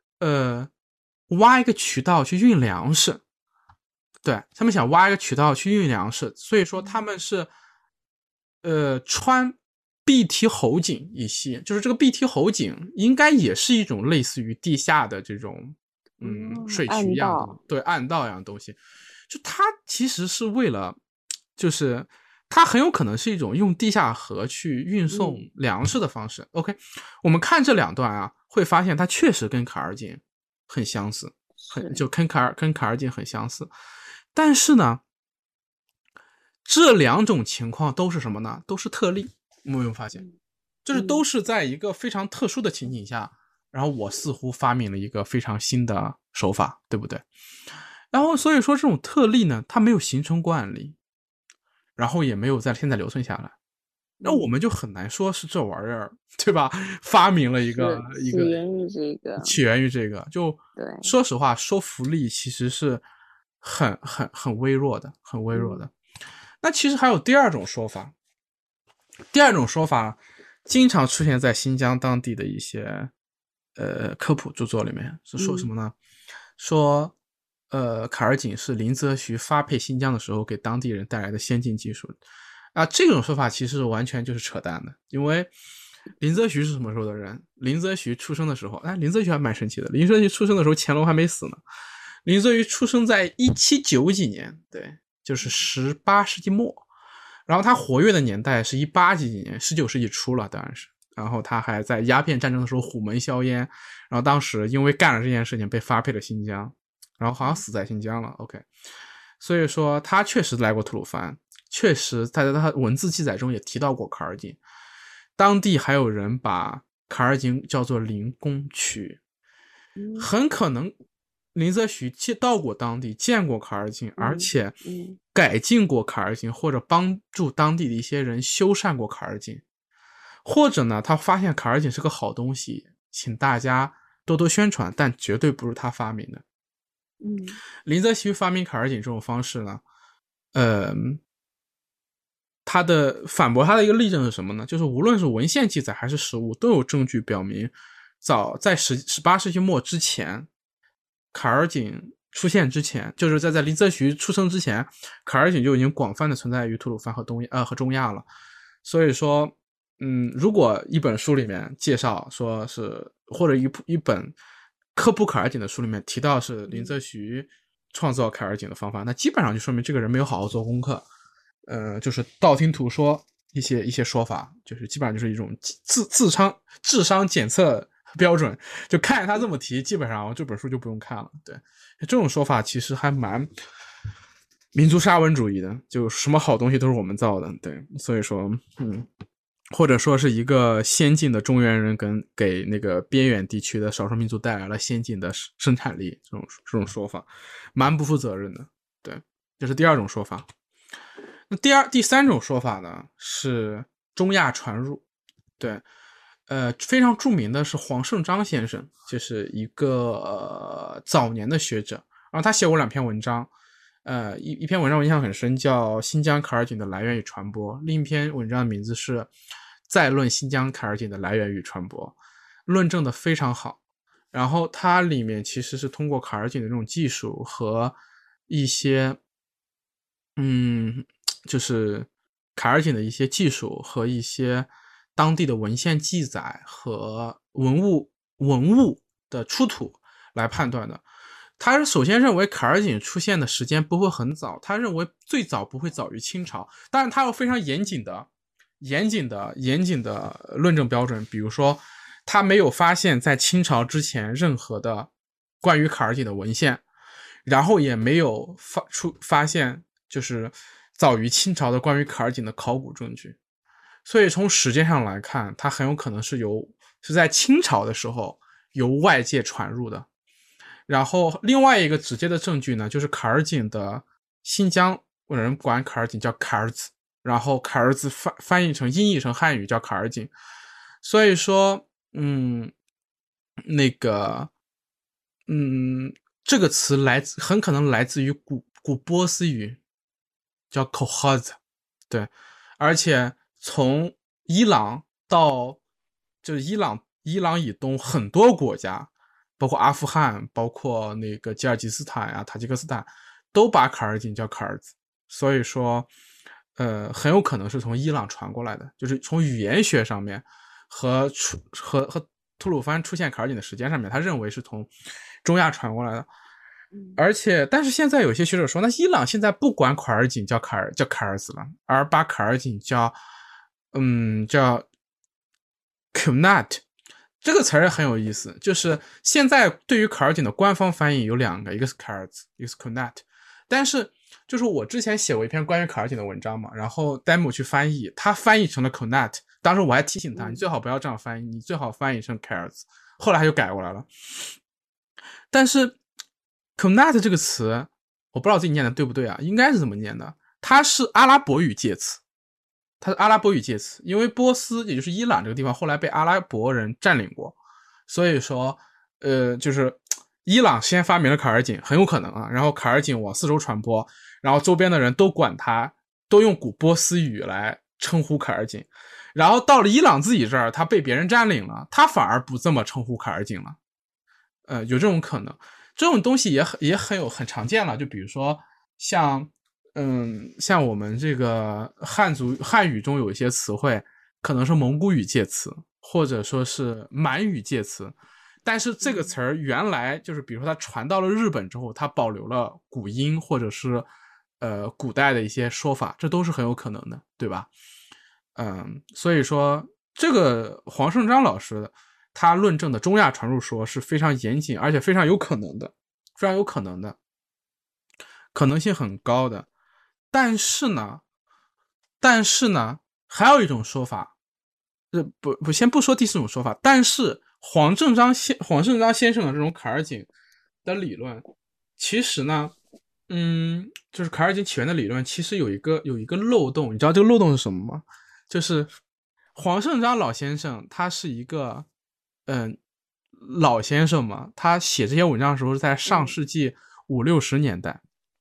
挖一个渠道去运粮食，对，他们想挖一个渠道去运粮食，所以说他们是穿碧堤侯井以西，就是这个碧堤侯井应该也是一种类似于地下的这种水渠一样的，对，暗道一样的东西。就它其实是为了，就是它很有可能是一种用地下河去运送粮食的方式。OK， 我们看这2段啊，会发现它确实跟卡尔井很相似，就跟卡尔井很相似。但是呢，这2种情况都是什么呢？都是特例。你有没有发现？就是都是在一个非常特殊的情景下，然后我似乎发明了一个非常新的手法，对不对？然后所以说这种特例呢，它没有形成过案例，然后也没有在现在留存下来，那我们就很难说是这玩意儿，对吧？发明了一个起源于这个，就说实话，说服力其实是很微弱的，很微弱的。那其实还有第二种说法，经常出现在新疆当地的一些科普著作里面，是说什么呢？ 说卡尔景是林则徐发配新疆的时候给当地人带来的先进技术啊，这种说法其实完全就是扯淡的，因为林则徐是什么时候的人？林则徐出生的时候，林则徐还蛮神奇的，林则徐出生的时候乾隆还没死呢。林则徐出生在1790几年，对，就是18世纪末，然后他活跃的年代是18几年，19世纪初了，当然是。然后他还在鸦片战争的时候虎门销烟，然后当时因为干了这件事情被发配了新疆，然后好像死在新疆了。OK， 所以说他确实来过吐鲁番，确实在他文字记载中也提到过卡尔景，当地还有人把卡尔景叫做林公区，很可能林则徐到过当地，见过卡尔景，而且改进过卡尔景，或者帮助当地的一些人修缮过卡尔景，或者呢，他发现卡尔景是个好东西，请大家多多宣传，但绝对不是他发明的。林则徐发明卡尔景这种方式呢，他的反驳他的一个例证是什么呢？就是无论是文献记载还是实物，都有证据表明，早在18世纪末之前，卡尔景出现之前，就是在林则徐出生之前，卡尔景就已经广泛的存在于吐鲁番和中亚了。所以说，如果一本书里面介绍说是，或者一本科普卡尔景的书里面提到是林则徐创造卡尔景的方法，那基本上就说明这个人没有好好做功课，就是道听途说一些说法，就是基本上就是一种智商检测标准，就看见他这么提，基本上这本书就不用看了。对，这种说法其实还蛮民族沙文主义的，就什么好东西都是我们造的。对，所以说，或者说是一个先进的中原人给那个边远地区的少数民族带来了先进的生产力，这种说法蛮不负责任的。对，这是第二种说法。那第三种说法呢是中亚传入。对，非常著名的是黄胜章先生，就是一个早年的学者，然后他写过2篇文章，一篇文章我印象很深，叫《新疆卡尔景的来源与传播》，另一篇文章的名字是《再论新疆卡尔景的来源与传播》，论证的非常好。然后它里面其实是通过卡尔景的这种技术和一些就是卡尔景的一些技术和一些当地的文献记载和文物的出土来判断的。他首先认为卡尔景出现的时间不会很早，他认为最早不会早于清朝，但是他有非常严谨的论证标准，比如说他没有发现在清朝之前任何的关于卡尔景的文献，然后也没有发现就是早于清朝的关于卡尔景的考古证据，所以从时间上来看，它很有可能是在清朝的时候由外界传入的。然后另外一个直接的证据呢，就是卡尔景的新疆人管卡尔景叫卡尔子，然后卡尔子翻译成音译成汉语叫卡尔景，所以说这个词很可能来自于古波斯语，叫 Kohaz， 对，而且从伊朗到就是伊朗以东很多国家，包括阿富汗，包括那个吉尔吉斯坦呀、塔吉克斯坦，都把卡尔景叫卡尔子，所以说，很有可能是从伊朗传过来的，就是从语言学上面和吐鲁番出现卡尔景的时间上面，他认为是从中亚传过来的。但是现在有些学者说，那伊朗现在不管卡尔景叫卡尔子了，而把卡尔景叫 Kunat， 这个词儿很有意思，就是现在对于卡尔景的官方翻译有2个，一个是卡尔子，一个是 Kunat， 但是就是我之前写过一篇关于卡尔景的文章嘛，然后 Demo 去翻译，他翻译成了 Kunat， 当时我还提醒他，你最好不要这样翻译，你最好翻译成卡尔子，后来他就改过来了。但是 Kunat 这个词我不知道自己念的对不对啊，应该是怎么念的，它是阿拉伯语介词，因为波斯也就是伊朗这个地方后来被阿拉伯人占领过，所以说就是伊朗先发明了卡尔景，很有可能啊，然后卡尔景往四周传播，然后周边的人都管它，都用古波斯语来称呼卡尔景，然后到了伊朗自己这儿，他被别人占领了，他反而不这么称呼卡尔景了，有这种可能。 这种东西很常见了，就比如说像像我们这个汉语中有一些词汇可能是蒙古语介词，或者说是满语介词，但是这个词儿原来就是比如说它传到了日本之后，它保留了古音或者是古代的一些说法，这都是很有可能的，对吧？所以说这个黄胜章老师他论证的中亚传入说是非常严谨，而且非常有可能的，非常有可能的，可能性很高的。但是呢，还有一种说法，先不说第四种说法，但是黄胜章先生的这种坎儿井的理论，其实呢，就是坎儿井起源的理论，其实有一个漏洞，你知道这个漏洞是什么吗？就是黄胜章老先生他是一个老先生嘛，他写这些文章的时候是在上世纪五六十年代，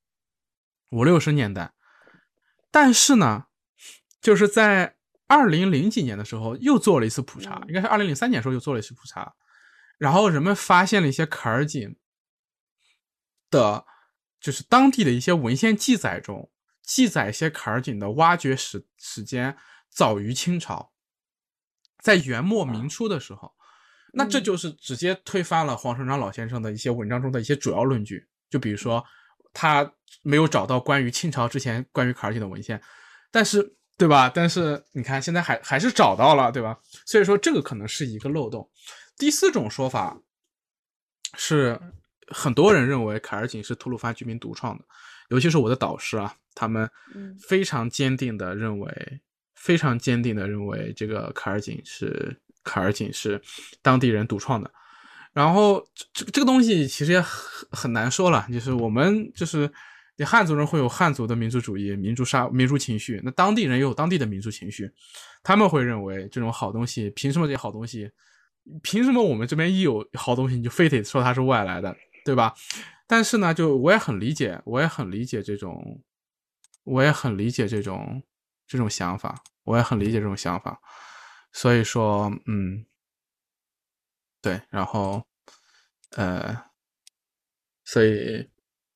但是呢，就是在2000几年的时候又做了一次普查，应该是2003年的时候又做了一次普查，然后人们发现了一些坎儿井的，就是当地的一些文献记载中，记载一些坎儿井的挖掘时间早于清朝，在元末明初的时候，那这就是直接推翻了黄胜章老先生的一些文章中的一些主要论据，就比如说他没有找到关于清朝之前关于坎儿井的文献，但是对吧？但是你看现在还是找到了，对吧？所以说这个可能是一个漏洞。第四种说法是很多人认为坎儿井是吐鲁番居民独创的，尤其是我的导师啊，他们非常坚定的认为这个坎儿井是当地人独创的。然后这个东西其实也很难说了，就是我们就是汉族人会有汉族的民族主义、民族情绪，那当地人也有当地的民族情绪，他们会认为这种好东西，凭什么这些好东西，凭什么我们这边一有好东西你就非得说它是外来的，对吧？但是呢，就我也很理解这种，想法，所以说，对，然后，所以，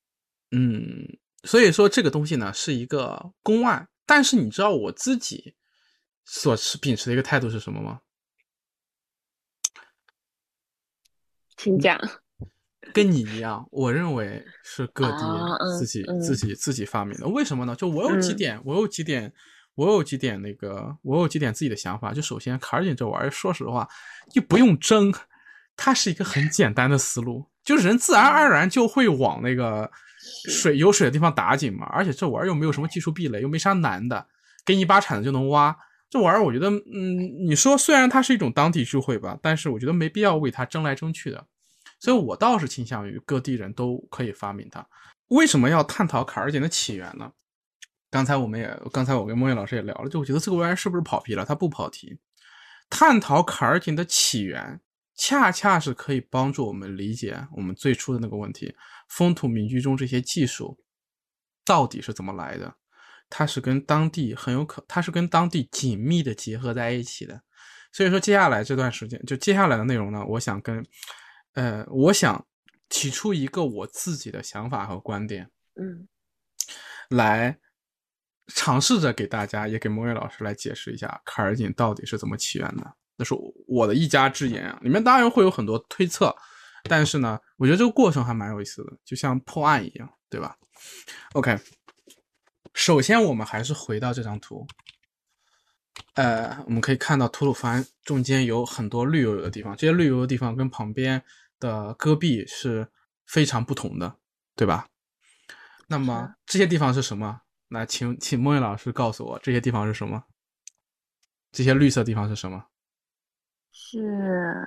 所以说这个东西呢是一个公案，但是你知道我自己所秉持的一个态度是什么吗？ 请讲。 跟你一样，我认为是各地啊， 自己发明的。为什么呢？就我有几点自己的想法。就首先，坎儿井这玩意儿，说实话，就不用争，它是一个很简单的思路，就人自然而然就会往那个有水的地方打井嘛。而且这玩意儿又没有什么技术壁垒，又没啥难的，给你一把铲子就能挖。这玩意儿，我觉得，你说虽然它是一种当地智慧吧，但是我觉得没必要为它争来争去的。所以我倒是倾向于各地人都可以发明它。为什么要探讨坎儿井的起源呢？刚才我跟莫言老师也聊了，就我觉得这个玩意儿是不是跑题了？它不跑题。探讨坎儿井的起源，恰恰是可以帮助我们理解我们最初的那个问题：风土民居中这些技术到底是怎么来的？它是跟当地紧密的结合在一起的。所以说，接下来这段时间，就接下来的内容呢，我想提出一个我自己的想法和观点，来尝试着给大家，也给莫言老师来解释一下坎儿井到底是怎么起源的。那是我的一家之言啊，里面当然会有很多推测，但是呢，我觉得这个过程还蛮有意思的，就像破案一样，对吧 ？OK， 首先我们还是回到这张图。我们可以看到吐鲁番中间有很多绿油油的地方，这些绿油油的地方跟旁边的戈壁是非常不同的，对吧？那么这些地方是什么？那请莫言老师告诉我，这些地方是什么？这些绿色地方是什么？ 是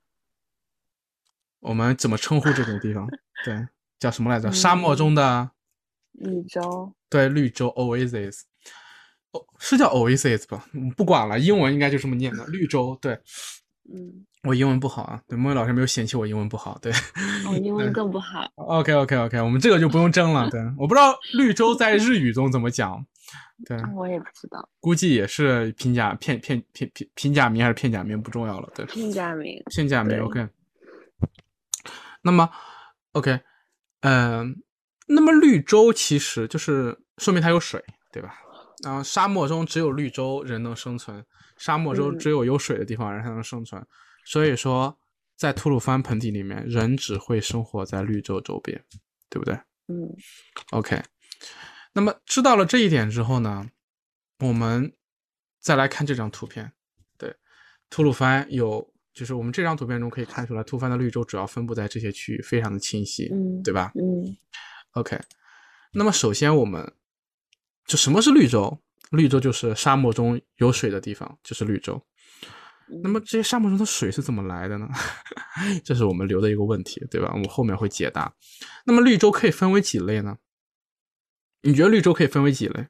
我们怎么称呼这种地方？对，叫什么来着？沙漠中的绿洲。 对，绿洲 Oasis。是叫 Oasis 吧？不管了，英文应该就这么念的，绿洲。对，我英文不好啊，对，莫言老师没有嫌弃我英文不好，对， 我英文更不好。 OK， 我们这个就不用争了。对，我不知道绿洲在日语中怎么讲，对， 我也不知道， 估计也是平假名还是片假名不重要了，对， 片假名片假名 OK。那么， OK，那么绿洲其实就是说明它有水，对吧？然后沙漠中只有绿洲人能生存，沙漠中只有水的地方人才能生存。所以说，在吐鲁番盆地里面，人只会生活在绿洲周边，对不对？OK，那么知道了这一点之后呢，我们再来看这张图片。对，吐鲁番就是我们这张图片中可以看出来，吐鲁番的绿洲主要分布在这些区域，非常的清晰，对吧？OK，那么首先就什么是绿洲？绿洲就是沙漠中有水的地方，就是绿洲。那么这些沙漠中的水是怎么来的呢？这是我们留的一个问题，对吧？我们后面会解答。那么绿洲可以分为几类呢？你觉得绿洲可以分为几类？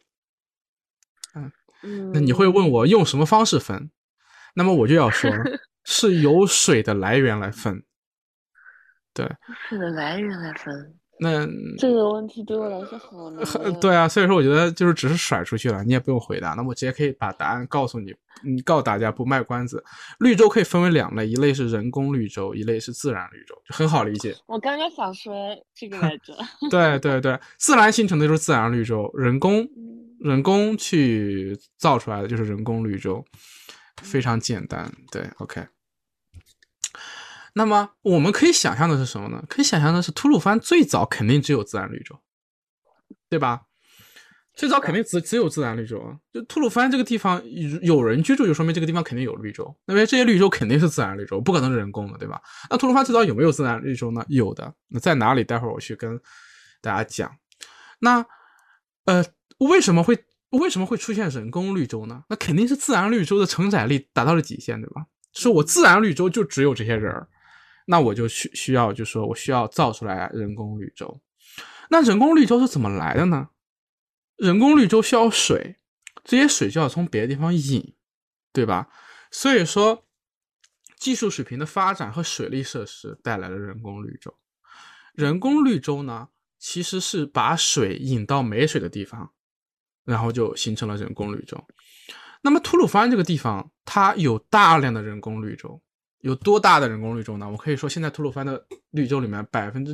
那你会问我用什么方式分？那么我就要说是由水的来源来分。对， 水的来源来分。 那这个问题对我来说好难。 对啊，所以说我觉得就是只是甩出去了，你也不用回答。那么我直接可以把答案告诉你，告诉大家不卖关子。绿洲可以分为两类，一类是人工绿洲，一类是自然绿洲，就很好理解。 我刚刚想说这个来着。 对对对，自然形成的就是自然绿洲，人工去造出来的就是人工绿洲，非常简单。对 ，OK。那么我们可以想象的是什么呢？可以想象的是吐鲁番最早肯定只有自然绿洲，对吧？最早肯定只有自然绿洲啊。就吐鲁番这个地方有人居住，就说明这个地方肯定有绿洲。那么这些绿洲肯定是自然绿洲，不可能是人工的，对吧？那吐鲁番最早有没有自然绿洲呢？有的。那在哪里？待会儿我去跟大家讲。那为什么会出现人工绿洲呢？那肯定是自然绿洲的承载力达到了极限，对吧？说我自然绿洲就只有这些人，那我就需要，就说我需要造出来人工绿洲。那人工绿洲是怎么来的呢？人工绿洲需要水，这些水就要从别的地方引，对吧？所以说，技术水平的发展和水利设施带来了人工绿洲。人工绿洲呢，其实是把水引到没水的地方，然后就形成了人工绿洲。那么吐鲁番这个地方，它有大量的人工绿洲，有多大的人工绿洲呢？我可以说，现在吐鲁番的绿洲里面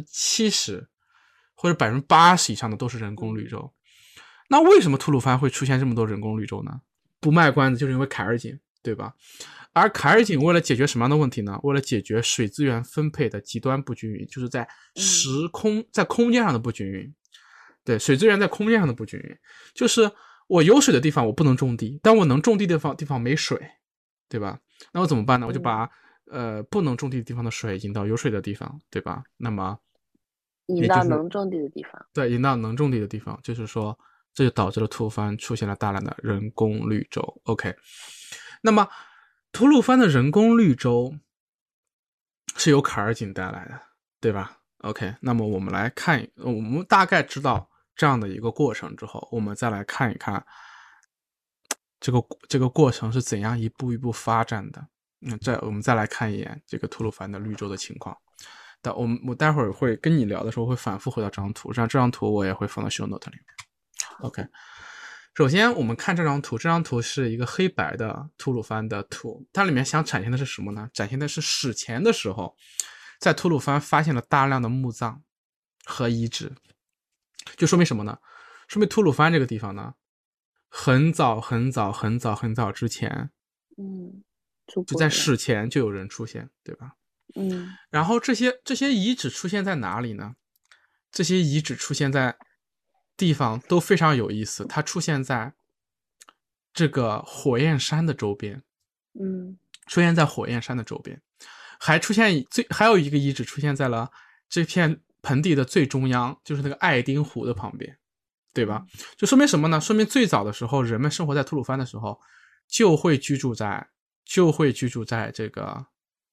70%或者80%以上的都是人工绿洲。那为什么吐鲁番会出现这么多人工绿洲呢？不卖关子，就是因为凯尔井，对吧？而凯尔井为了解决什么样的问题呢？为了解决水资源分配的极端不均匀，就是在空间上的不均匀。对，水资源在空间上的不均匀，就是我有水的地方我不能种地，但我能种地的地方没水，对吧？那我怎么办呢？我就把不能种地的地方的水引到有水的地方，对吧？那么引到能种地的地方。 对，引到能种地的地方，就是说这就导致了吐鲁番出现了大量的人工绿洲。OK， 那么吐鲁番的人工绿洲是由卡尔井带来的，对吧 ？OK， 那么我们来看，我们大概知道这样的一个过程之后，我们再来看一看这个过程是怎样一步一步发展的。我们再来看一眼这个吐鲁番的绿洲的情况。但我待会儿会跟你聊的时候会反复回到这张图，这张图我也会放到 show note 里面。OK， 首先我们看这张图，这张图是一个黑白的吐鲁番的图，它里面想展现的是什么呢？展现的是史前的时候，在吐鲁番发现了大量的墓葬和遗址，就说明什么呢？说明吐鲁番这个地方呢，很早之前，就在史前就有人出现，对吧？然后这些遗址出现在哪里呢？这些遗址出现在地方都非常有意思，它出现在这个火焰山的周边，出现在火焰山的周边，还有一个遗址出现在了这片盆地的最中央，就是那个爱丁湖的旁边，对吧？就说明什么呢？说明最早的时候，人们生活在吐鲁番的时候，就会居住在这个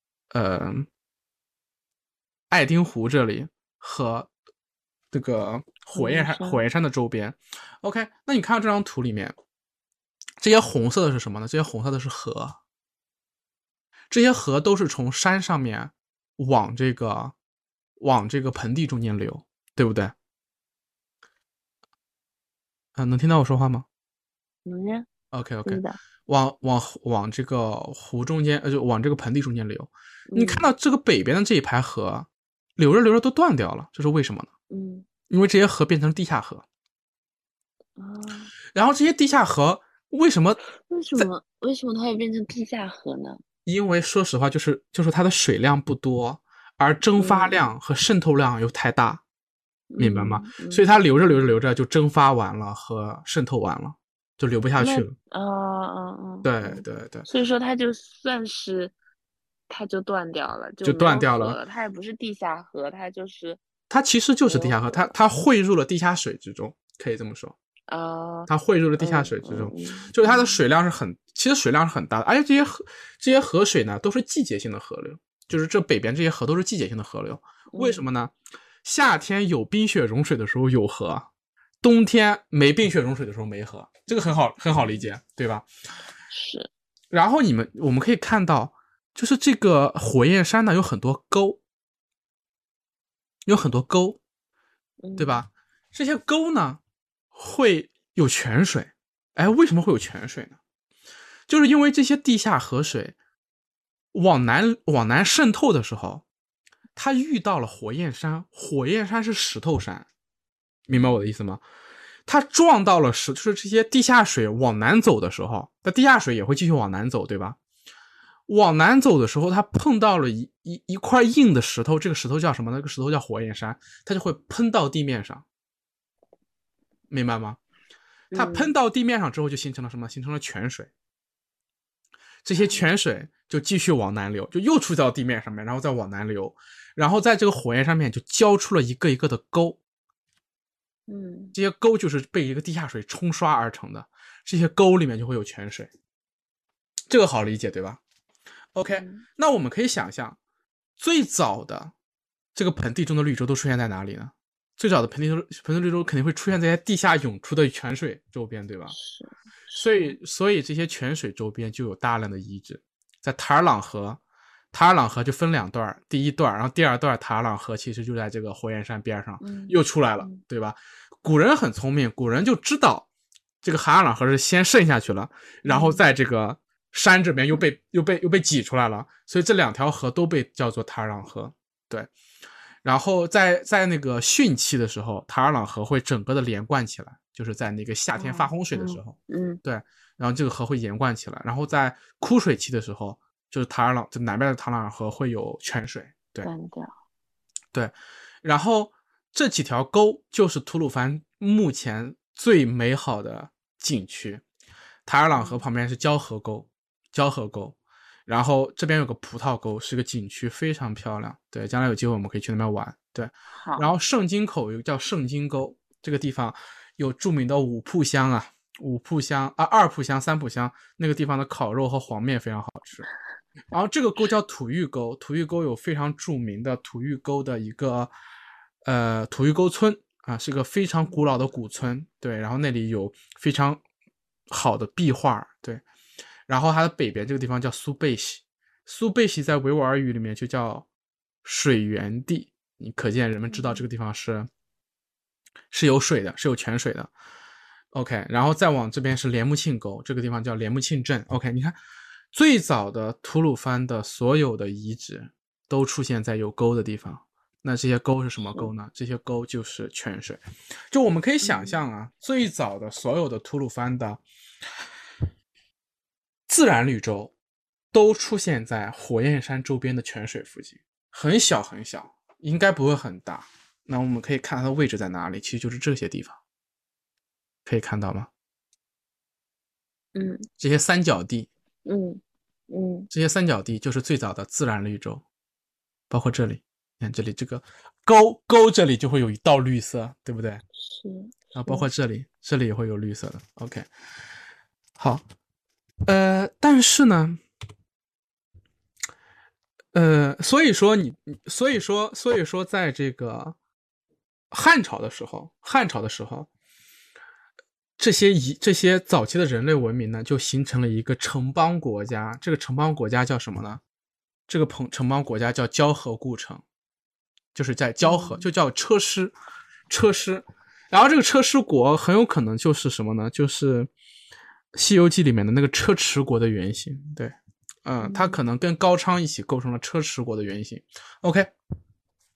爱丁湖这里和这个火焰山的周边。OK， 那你看到这张图里面，这些红色的是什么呢？这些红色的是河，这些河都是从山上面往这个盆地中间流，对不对？能听到我说话吗？ 能呀。 OK， 往这个湖中间，就往这个盆地中间流。你看到这个北边的这一排河， 流着流着都断掉了，这是为什么呢？ 嗯因为这些河变成地下河， 啊， 然后这些地下河为什么？ 为什么它会变成地下河呢？ 因为说实话，就是它的水量不多，而蒸发嗯量和渗透量又太大，明白吗？所以它流着流着嗯， 流着就蒸发完了和渗透完了，就流不下那去了。对嗯， 对对， 所以说它就算是它就断掉了，就就没断掉了。 有河了，它也不是地下河，它就是它其实就没是地下河， 有河了它汇入了地下水之中，可以这么说。 啊， 它汇入了地下水之中，就是它的水量是其实水量是很大的，而且这些河水呢都是季节性的河流，就是这北边这些河都是季节性的河流。为什么呢？夏天有冰雪融水的时候有河，冬天没冰雪融水的时候没河，这个很好理解，对吧？ 是， 然后我们可以看到，就是这个火焰山呢有很多沟，有很多沟，对吧？这些沟呢会有泉水，哎，为什么会有泉水呢？就是因为这些地下河水往南渗透的时候，它遇到了火焰山，火焰山是石头山，明白我的意思吗？它撞到了就是这些地下水往南走的时候，那地下水也会继续往南走，对吧？往南走的时候，它碰到了一块硬的石头，这个石头叫什么呢？这个石头叫火焰山，它就会喷到地面上，明白吗？它喷到地面上之后，就形成了什么？形成了泉水。这些泉水就继续往南流，就又出到地面上面，然后再往南流，然后在这个火焰上面就浇出了一个一个的沟。这些沟就是被一个地下水冲刷而成的，这些沟里面就会有泉水，这个好理解对吧 ？OK，那我们可以想象，最早的这个盆地中的绿洲都出现在哪里呢？最早的盆地绿洲肯定会出现在地下涌出的泉水周边，对吧？所以这些泉水周边就有大量的遗址，在塔尔朗河就分两段，第一段，然后第二段塔尔朗河其实就在这个火焰山边上，又出来了，对吧？古人很聪明，古人就知道这个塔尔朗河是先渗下去了，然后在这个山这边又被挤出来了，所以这两条河都被叫做塔尔朗河，对。然后在那个汛期的时候，塔尔朗河会整个的连贯起来，就是在那个夏天发洪水的时候，对，然后这个河会连贯起来。然后在枯水期的时候，就是这南边的塔尔朗河会有泉水，对，对。然后这几条沟就是吐鲁番目前最美好的景区。塔尔朗河旁边是交河沟，然后这边有个葡萄沟，是个景区，非常漂亮。对，将来有机会我们可以去那边玩。对，然后圣经口有个叫圣经沟，这个地方有著名的五瀑香啊，二瀑香、三瀑香，那个地方的烤肉和黄面非常好吃。然后这个沟叫土峪沟，土峪沟有非常著名的土峪沟的一个土峪沟村啊，是个非常古老的古村。对，然后那里有非常好的壁画，对。然后它的北边这个地方叫苏贝西，苏贝西在维吾尔语里面就叫水源地，你可见人们知道这个地方是有水的，是有泉水的。OK， 然后再往这边是莲木庆沟，这个地方叫莲木庆镇。OK， 你看最早的吐鲁番的所有的遗址都出现在有沟的地方，那这些沟是什么沟呢？这些沟就是泉水。就我们可以想象啊，最早的所有的吐鲁番的自然绿洲都出现在火焰山周边的泉水附近，很小很小，应该不会很大。那我们可以看它的位置在哪里，其实就是这些地方，可以看到吗？这些三角地，这些三角地就是最早的自然绿洲，包括这里，你看这里这个沟这里就会有一道绿色，对不对？ 是啊，包括这里也会有绿色的。OK， 好。但是呢，所以说，在这个汉朝的时候，这些早期的人类文明呢，就形成了一个城邦国家。这个城邦国家叫什么呢？这个城邦国家叫交河故城，就是在交河，就叫车师。然后这个车师国很有可能就是什么呢？就是《西游记》里面的那个车迟国的原型。对，它可能跟高昌一起构成了车迟国的原型。OK，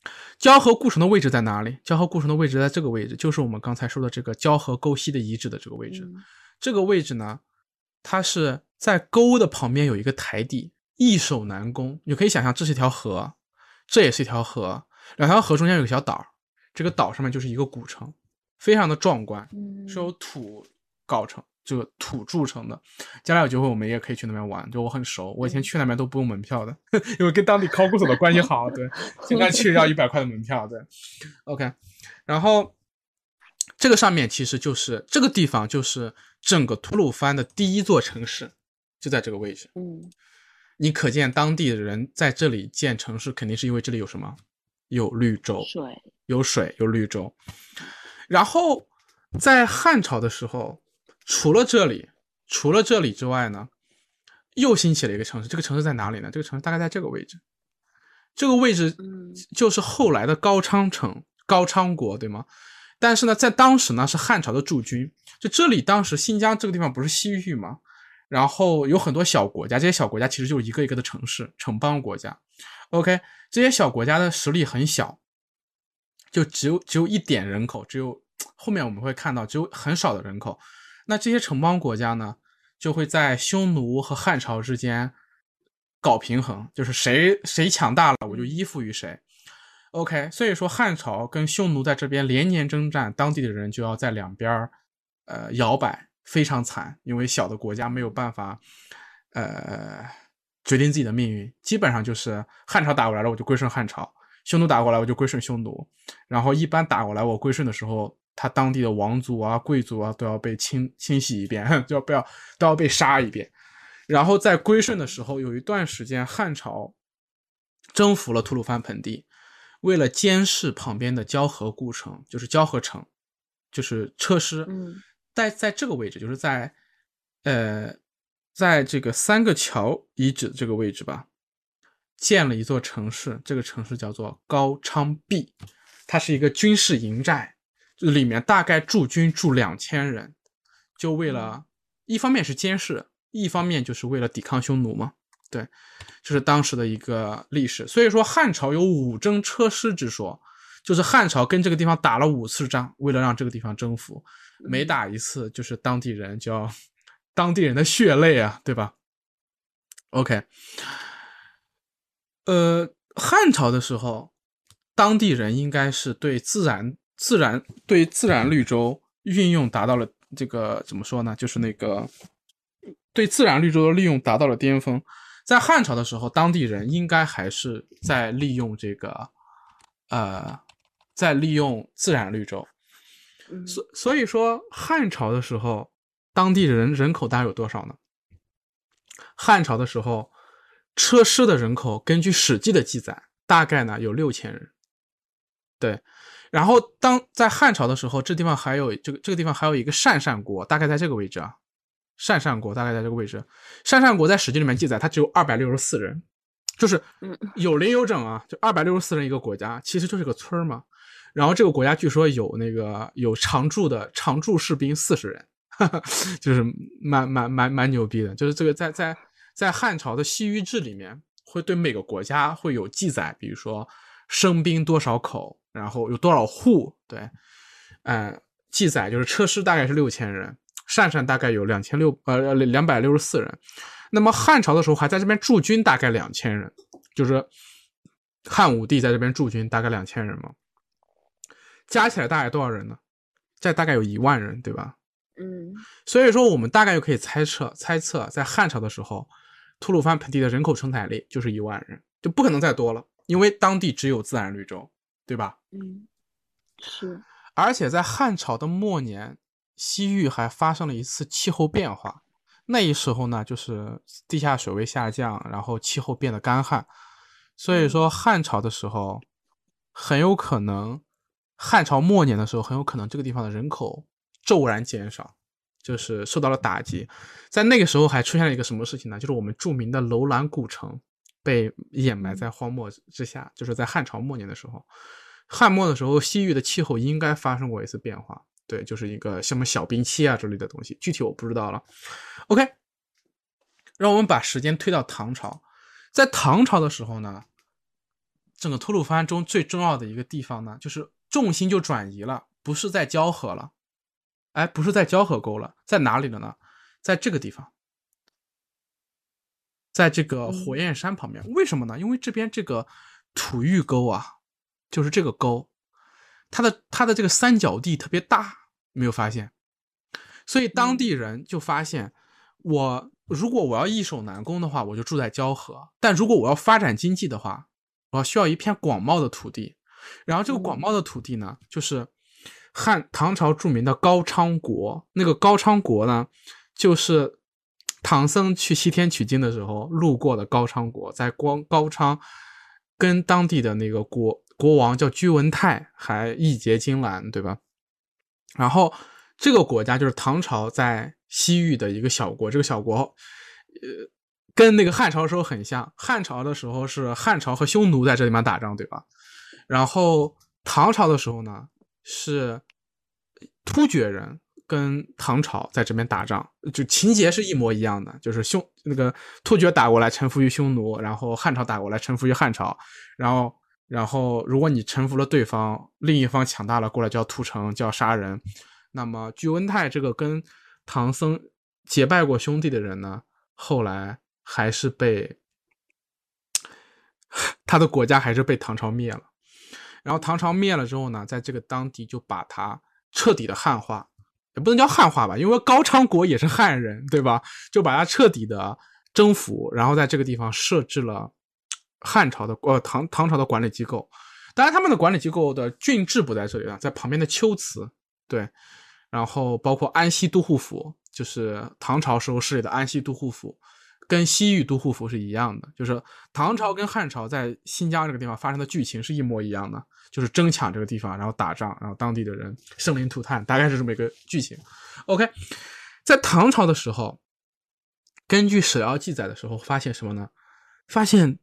交河故城的位置在哪里？交河故城的位置在这个位置，就是我们刚才说的这个交河沟西的遗址的这个位置。这个位置呢，它是在沟的旁边有一个台地，易守难攻。你可以想象，这是一条河，这也是一条河，两条河中间有个小岛，这个岛上面就是一个古城，非常的壮观，是由土搞成，这个土筑成的。将来有机会我们也可以去那边玩，就我很熟，我以前去那边都不用门票的，因为跟当地考古所的关系好。对，现在去要100块的门票。对 ，OK， 然后这个上面其实就是这个地方，就是整个吐鲁番的第一座城市，就在这个位置。你可见当地的人在这里建城市，肯定是因为这里有什么？有绿洲，有水，有绿洲。然后在汉朝的时候，除了这里之外呢，又兴起了一个城市。这个城市在哪里呢？这个城市大概在这个位置。这个位置就是后来的高昌城、高昌国，对吗？但是呢，在当时呢是汉朝的驻军。就这里当时新疆这个地方不是西域吗？然后有很多小国家，这些小国家其实就是一个一个的城市、城邦国家。OK， 这些小国家的实力很小，就只有一点人口，只有后面我们会看到只有很少的人口。那这些城邦国家呢，就会在匈奴和汉朝之间搞平衡，就是谁强大了，我就依附于谁。OK， 所以说汉朝跟匈奴在这边连年征战，当地的人就要在两边摇摆，非常惨，因为小的国家没有办法决定自己的命运，基本上就是汉朝打过来了我就归顺汉朝，匈奴打过来我就归顺匈奴，然后一般打过来我归顺的时候，他当地的王族啊贵族啊都要被清洗一遍，都要被杀一遍。然后在归顺的时候，有一段时间汉朝征服了吐鲁番盆地，为了监视旁边的交河故城，就是交河城，就是车师，在这个位置，就是在这个3个桥遗址这个位置吧，建了一座城市，这个城市叫做高昌壁，它是一个军事营寨，就里面大概驻军住2000人，就为了一方面是监视，一方面就是为了抵抗匈奴嘛。对，这是当时的一个历史。所以说汉朝有五征车师之说，就是汉朝跟这个地方打了5次仗，为了让这个地方征服，每打一次就是当地人的血泪啊，对吧 ？OK， 汉朝的时候，当地人应该是对自然绿洲运用达到了这个怎么说呢？就是那个对自然绿洲的利用达到了巅峰。在汉朝的时候，当地人应该还是在利用这个在利用自然绿洲。所以说汉朝的时候，当地人口大概有多少呢？汉朝的时候，车师的人口根据《史记》的记载，大概呢有6000人。对，然后在汉朝的时候，这个地方还有一个鄯国，大概在这个位置啊。鄯国大概在这个位置。鄯国在《史记》里面记载，它只有264人，就是有零有整啊，就264人一个国家，其实就是个村嘛。然后这个国家据说有常驻士兵40人，就是蛮牛逼的。就是这个在汉朝的西域志里面，会对每个国家会有记载，比如说生兵多少口，然后有多少户，对，记载就是车师大概是6000人，鄯大概有264人。那么汉朝的时候还在这边驻军大概2000人，就是汉武帝在这边驻军大概2000人嘛，加起来大概多少人呢？这大概有1万人，对吧？所以说我们大概就可以猜测，在汉朝的时候，吐鲁番盆地的人口承载力就是1万人，就不可能再多了，因为当地只有自然绿洲，对吧？ 是。 而且在汉朝的末年，西域还发生了一次气候变化。那一时候呢，就是地下水位下降，然后气候变得干旱。所以说汉朝的时候，很有可能汉朝末年的时候，很有可能这个地方的人口骤然减少，就是受到了打击。在那个时候还出现了一个什么事情呢？就是我们著名的楼兰古城被掩埋在荒漠之下，就是在汉朝末年的时候。汉末的时候，西域的气候应该发生过一次变化，对，就是一个什么小冰期啊之类的东西，具体我不知道了。OK， 让我们把时间推到唐朝。在唐朝的时候呢， 整个吐鲁番中最重要的一个地方呢，就是重心就转移了，不是在交河了，不是在交河沟了，在哪里了呢？在这个地方，在这个火焰山旁边。为什么呢？因为这边这个吐峪沟啊，就是这个沟，它的这个三角地特别大，没有发现？所以当地人就发现，如果我要易守难攻的话，我就住在交河；但如果我要发展经济的话，我需要一片广袤的土地。然后这个广袤的土地呢，就是唐朝著名的高昌国。那个高昌国呢，就是唐僧去西天取经的时候路过的高昌国，在高昌跟当地的那个国王叫居文泰还义结金兰，对吧？然后这个国家就是唐朝在西域的一个小国，这个小国跟那个汉朝的时候很像，汉朝的时候是汉朝和匈奴在这里面打仗，对吧？然后唐朝的时候呢，是突厥人跟唐朝在这边打仗，就情节是一模一样的，就是那个突厥打过来臣服于匈奴，然后汉朝打过来臣服于汉朝，然后如果你臣服了对方，另一方强大了过来就要屠城，就要杀人。那么居文泰这个跟唐僧结拜过兄弟的人呢，后来还是被他的国家还是被唐朝灭了。然后唐朝灭了之后呢，在这个当地就把它彻底的汉化，也不能叫汉化吧，因为高昌国也是汉人，对吧？就把它彻底的征服，然后在这个地方设置了汉朝的唐朝的管理机构。当然他们的管理机构的郡治不在这里了，在旁边的龟兹，对，然后包括安西都护府，就是唐朝时候势力的安西都护府，跟西域都护府是一样的，就是唐朝跟汉朝在新疆这个地方发生的剧情是一模一样的，就是争抢这个地方，然后打仗，然后当地的人生灵涂炭，大概是这么一个剧情。OK， 在唐朝的时候，根据史料记载的时候，发现什么呢？发现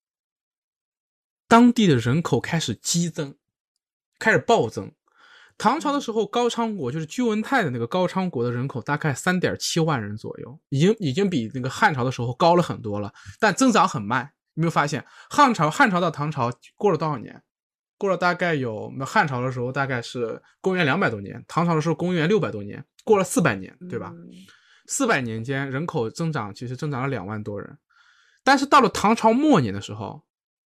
当地的人口开始激增，开始暴增。唐朝的时候，高昌国就是居文泰的那个高昌国的人口大概 3.7 万人左右，已经比那个汉朝的时候高了很多了，但增长很慢。有没有发现汉朝到唐朝过了多少年？过了大概汉朝的时候大概是公元200多年，唐朝的时候公元600多年，过了400年，对吧？400年间人口增长其实增长了2万多人，但是到了唐朝末年的时候，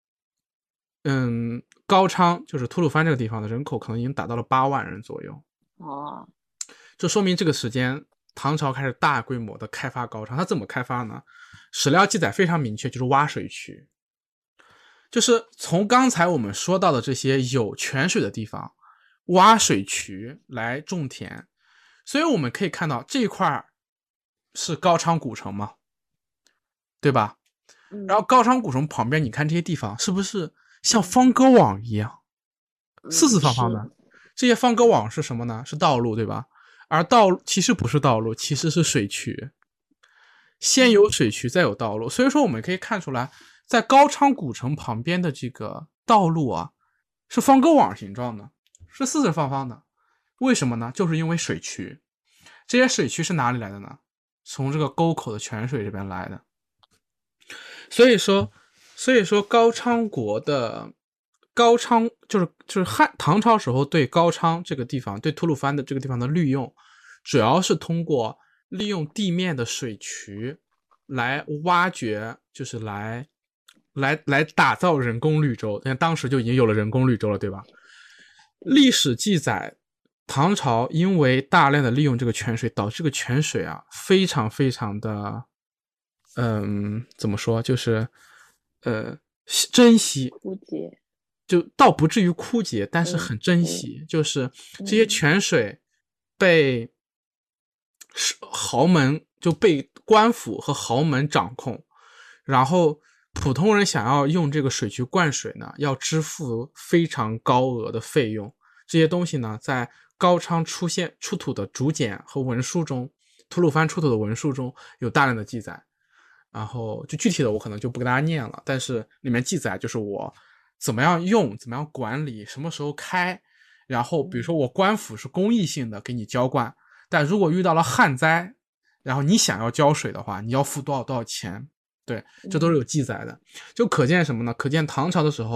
高昌就是吐鲁番这个地方的人口可能已经达到了8万人左右。这说明这个时间唐朝开始大规模的开发高昌。它怎么开发呢？史料记载非常明确，就是挖水渠。就是从刚才我们说到的这些有泉水的地方挖水渠来种田。所以我们可以看到这一块是高昌古城嘛，对吧？然后高昌古城旁边你看这些地方是不是像方格网一样四四方方的？这些方格网是什么呢？是道路，对吧？而道路其实不是道路，其实是水渠。先有水渠再有道路，所以说我们可以看出来，在高昌古城旁边的这个道路啊，是方格网形状的，是四四方方的。为什么呢？就是因为水渠。这些水渠是哪里来的呢？从这个沟口的泉水这边来的。所以说高昌国的高昌就是唐朝时候对高昌这个地方，对吐鲁番的这个地方的利用，主要是通过利用地面的水渠来挖掘，就是来打造人工绿洲。当时就已经有了人工绿洲了，对吧？历史记载，唐朝因为大量的利用这个泉水，导致这个泉水啊非常非常的怎么说，就是珍惜， 枯竭， 就倒不至于枯竭，但是很珍惜。就是这些泉水被豪门就被官府和豪门掌控，然后普通人想要用这个水渠灌水呢，要支付非常高额的费用。这些东西呢，在高昌出土的竹简和文书中，吐鲁番出土的文书中有大量的记载。然后就具体的我可能就不给大家念了，但是里面记载就是我怎么样用，怎么样管理，什么时候开，然后比如说我官府是公益性的给你浇灌，但如果遇到了旱灾，然后你想要浇水的话，你要付多少钱，对，这都是有记载的。就可见什么呢？可见唐朝的时候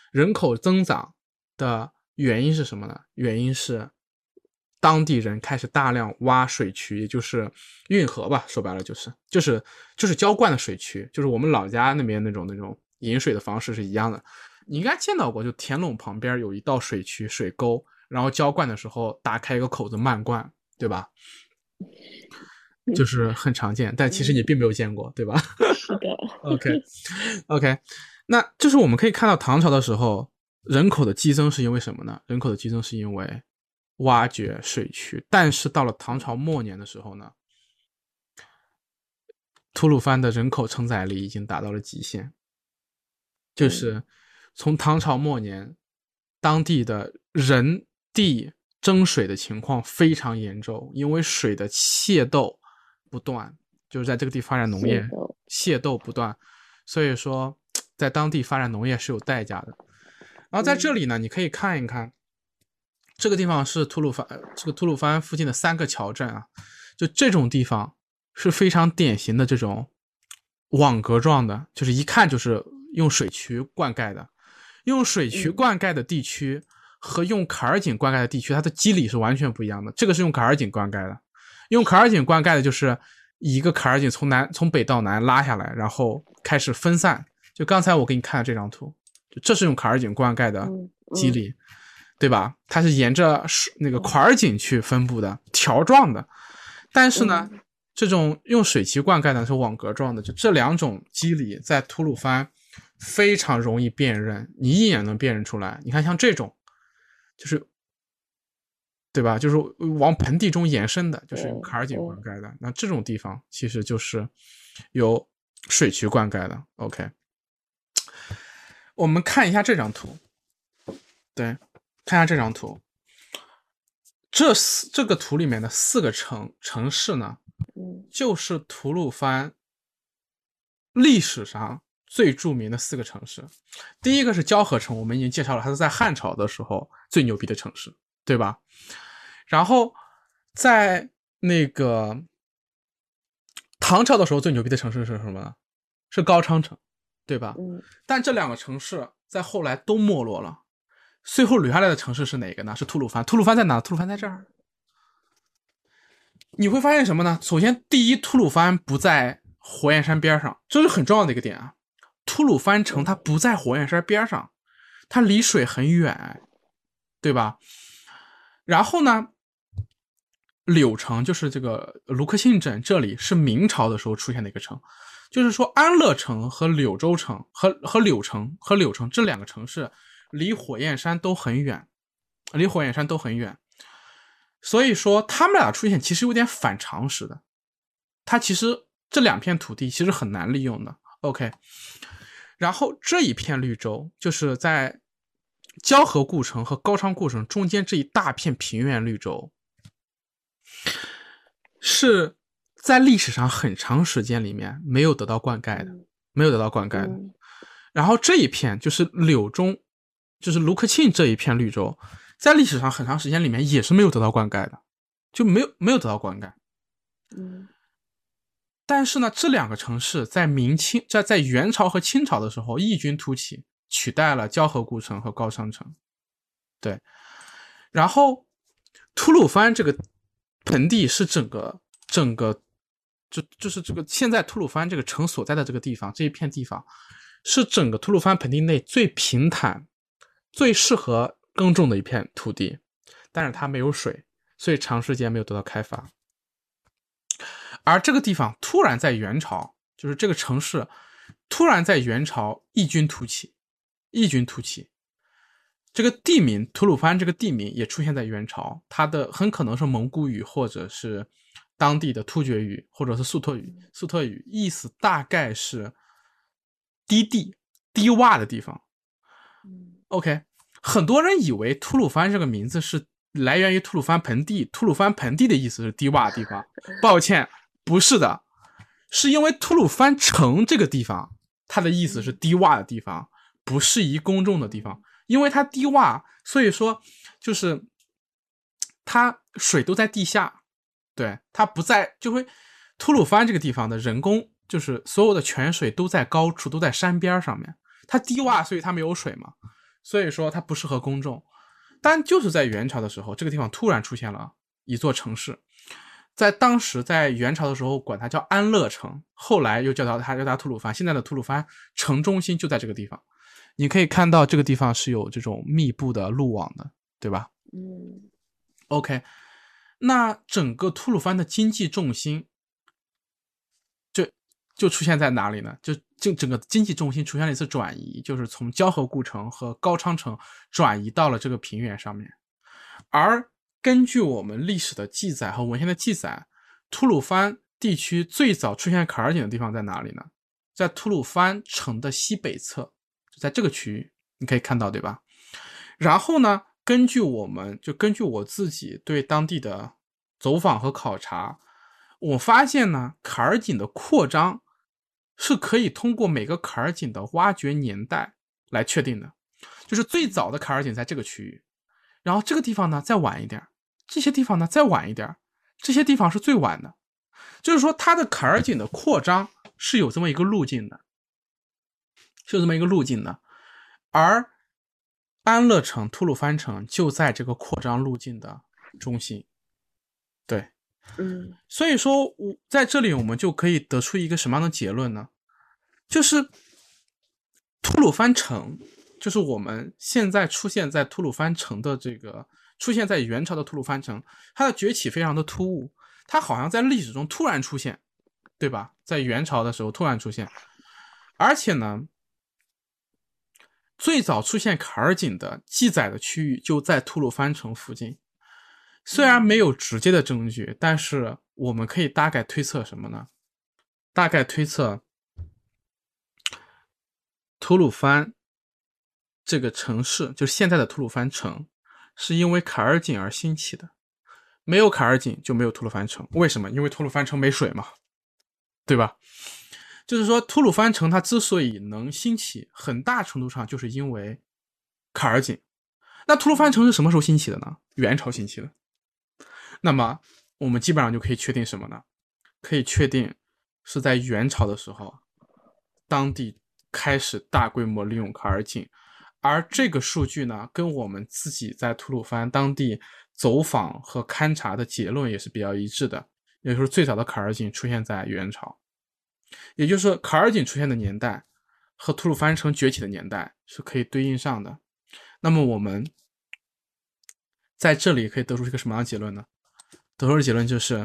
人口增长的原因是什么呢？原因是当地人开始大量挖水渠，也就是运河吧，说白了就是浇灌的水渠，就是我们老家那边那种饮水的方式是一样的。你应该见到过，就田垄旁边有一道水渠水沟，然后浇灌的时候打开一个口子漫灌，对吧？就是很常见，但其实你并没有见过，对吧？ 是的。 OK，那就是我们可以看到唐朝的时候，人口的激增是因为什么呢？人口的激增是因为挖掘水渠，但是到了唐朝末年的时候呢，吐鲁番的人口承载力已经达到了极限，就是从唐朝末年，当地的人地争水的情况非常严重，因为水的械斗不断，就是在这个地发展农业，械斗不断，所以说在当地发展农业是有代价的。然后在这里呢，你可以看一看，这个地方是吐鲁番附近的3个桥镇啊，就这种地方是非常典型的这种网格状的，就是一看就是用水渠灌溉的。用水渠灌溉的地区和用坎儿井灌溉的地区，它的机理是完全不一样的。这个是用坎儿井灌溉的，用坎儿井灌溉的就是一个坎儿井从北到南拉下来，然后开始分散。就刚才我给你看的这张图，这是用坎儿井灌溉的机理，对吧？它是沿着那个坎儿井去分布的，条状的。但是呢，这种用水渠灌溉的是网格状的，就这2种机理在吐鲁番非常容易辨认，你一眼能辨认出来。你看像这种就是对吧，就是往盆地中延伸的，就是用坎儿井灌溉的，那这种地方其实就是有水渠灌溉的。 OK， 我们看一下这张图，对，看一下这张图，这个图里面的4个城市呢，就是吐鲁番历史上最著名的4个城市。第一个是交河城，我们已经介绍了，它是在汉朝的时候最牛逼的城市，对吧？然后在那个唐朝的时候最牛逼的城市是什么呢？是高昌城，对吧？但这2个城市在后来都没落了，最后留下来的城市是哪个呢？是吐鲁番。吐鲁番在哪？吐鲁番在这儿。你会发现什么呢？首先，第一，吐鲁番不在火焰山边上，这是很重要的一个点啊。吐鲁番城它不在火焰山边上，它离水很远，对吧？然后呢，柳城就是这个卢克沁镇，这里是明朝的时候出现的一个城，就是说安乐城和柳州城和柳城这2个城市离火焰山都很远，所以说他们俩出现其实有点反常识的，它其实这2片土地其实很难利用的。 OK， 然后这一片绿洲就是在交河故城和高昌故城中间这一大片平原绿洲，是在历史上很长时间里面没有得到灌溉的，然后这一片就是柳中，就是卢克沁这一片绿洲，在历史上很长时间里面也是没有得到灌溉的，就没有得到灌溉。但是呢，这2个城市在在元朝和清朝的时候异军突起，取代了交河故城和高昌城。对，然后吐鲁番这个盆地是整个就是这个现在吐鲁番这个城所在的这个地方，这一片地方是整个吐鲁番盆地内最平坦、最适合耕种的一片土地，但是它没有水，所以长时间没有得到开发。而这个地方突然在元朝，就是这个城市突然在元朝异军突起。这个地名吐鲁番这个地名也出现在元朝，它的很可能是蒙古语或者是当地的突厥语或者是粟特语，意思大概是低地低洼的地方。OK， 很多人以为吐鲁番这个名字是来源于吐鲁番盆地，吐鲁番盆地的意思是低洼的地方，抱歉，不是的，是因为吐鲁番城这个地方它的意思是低洼的地方，不适宜公众的地方，因为它低洼，所以说就是它水都在地下，对，它不在，就会吐鲁番这个地方的人工就是所有的泉水都在高处，都在山边上面，它低洼，所以它没有水嘛， 所以说它不适合公众。但就是在元朝的时候，这个地方突然出现了一座城市，在当时在元朝的时候管它叫安乐城，后来又叫它吐鲁番，现在的吐鲁番城中心就在这个地方。你可以看到这个地方是有这种密布的路网的，对吧？OK， 那整个吐鲁番的经济重心就出现在哪里呢？就整个经济重心出现了一次转移，就是从交河故城和高昌城转移到了这个平原上面。而根据我们历史的记载和文献的记载，吐鲁番地区最早出现坎儿井的地方在哪里呢？在吐鲁番城的西北侧，就在这个区域，你可以看到，对吧？然后呢，根据我自己对当地的走访和考察，我发现呢，坎儿井的扩张是可以通过每个坎儿井的挖掘年代来确定的，就是最早的坎儿井在这个区域，然后这个地方呢再晚一点，这些地方呢再晚一点，这些地方是最晚的，就是说它的坎儿井的扩张是有这么一个路径的，而安乐城、吐鲁番城就在这个扩张路径的中心，对，所以说在这里我们就可以得出一个什么样的结论呢？就是吐鲁番城，就是我们现在出现在吐鲁番城的这个出现在元朝的吐鲁番城，它的崛起非常的突兀，它好像在历史中突然出现，对吧？在元朝的时候突然出现，而且呢，最早出现坎儿井的记载的区域就在吐鲁番城附近。虽然没有直接的证据，但是我们可以大概推测什么呢？大概推测吐鲁番这个城市，就是现在的吐鲁番城，是因为坎儿井而兴起的。没有坎儿井就没有吐鲁番城，为什么？因为吐鲁番城没水嘛，对吧？就是说吐鲁番城它之所以能兴起，很大程度上就是因为坎儿井。那吐鲁番城是什么时候兴起的呢？元朝兴起的。那么我们基本上就可以确定什么呢？可以确定是在元朝的时候，当地开始大规模利用坎儿井，而这个数据呢，跟我们自己在吐鲁番当地走访和勘察的结论也是比较一致的，也就是最早的坎儿井出现在元朝，也就是坎儿井出现的年代和吐鲁番城崛起的年代是可以对应上的。那么我们在这里可以得出一个什么样的结论呢？得出的结论就是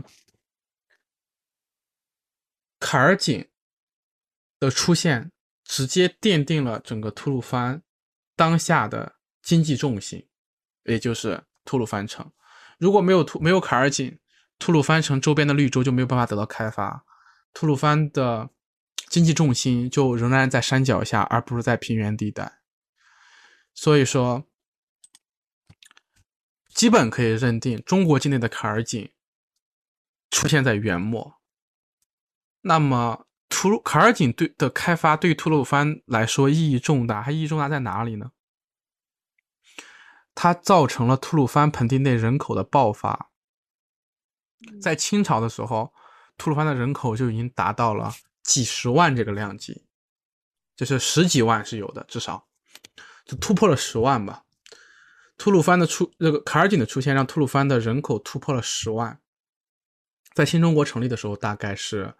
坎儿井的出现直接奠定了整个吐鲁番当下的经济重心，也就是吐鲁番城。如果没有坎儿井，吐鲁番城周边的绿洲就没有办法得到开发，吐鲁番的经济重心就仍然在山脚下，而不是在平原地带。所以说基本可以认定中国境内的坎儿井出现在元末。那么坎儿井的开发对于吐鲁番来说意义重大，它意义重大在哪里呢？它造成了吐鲁番盆地内人口的爆发。在清朝的时候，吐鲁番的人口就已经达到了几十万这个量级，就是十几万是有的，至少就突破了10万吧。吐鲁番的这个坎儿井的出现让吐鲁番的人口突破了10万，在新中国成立的时候大概是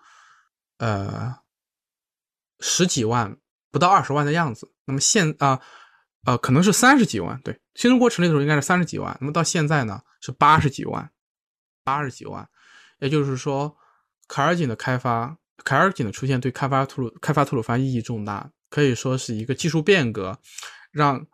十几万不到20万的样子。那么可能是30几万，对，新中国成立的时候应该是30几万，那么到现在呢是80几万，也就是说坎儿井的出现对开发吐鲁番意义重大，可以说是一个技术变革，让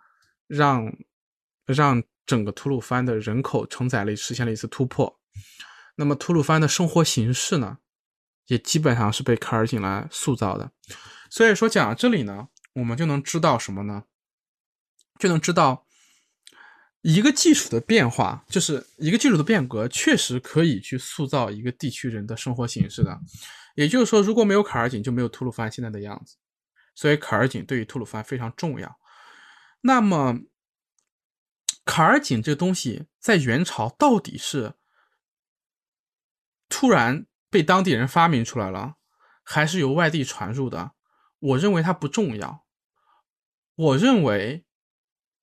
整个吐鲁番的人口承载力实现了一次突破。那么吐鲁番的生活形式呢，也基本上是被坎儿井来塑造的。所以说讲到这里呢，我们就能知道什么呢？就能知道一个技术的变化，就是一个技术的变革确实可以去塑造一个地区人的生活形式的。也就是说，如果没有坎儿井，就没有吐鲁番现在的样子。所以坎儿井对于吐鲁番非常重要。那么坎儿井这个东西在元朝到底是突然被当地人发明出来了，还是由外地传入的？我认为它不重要。我认为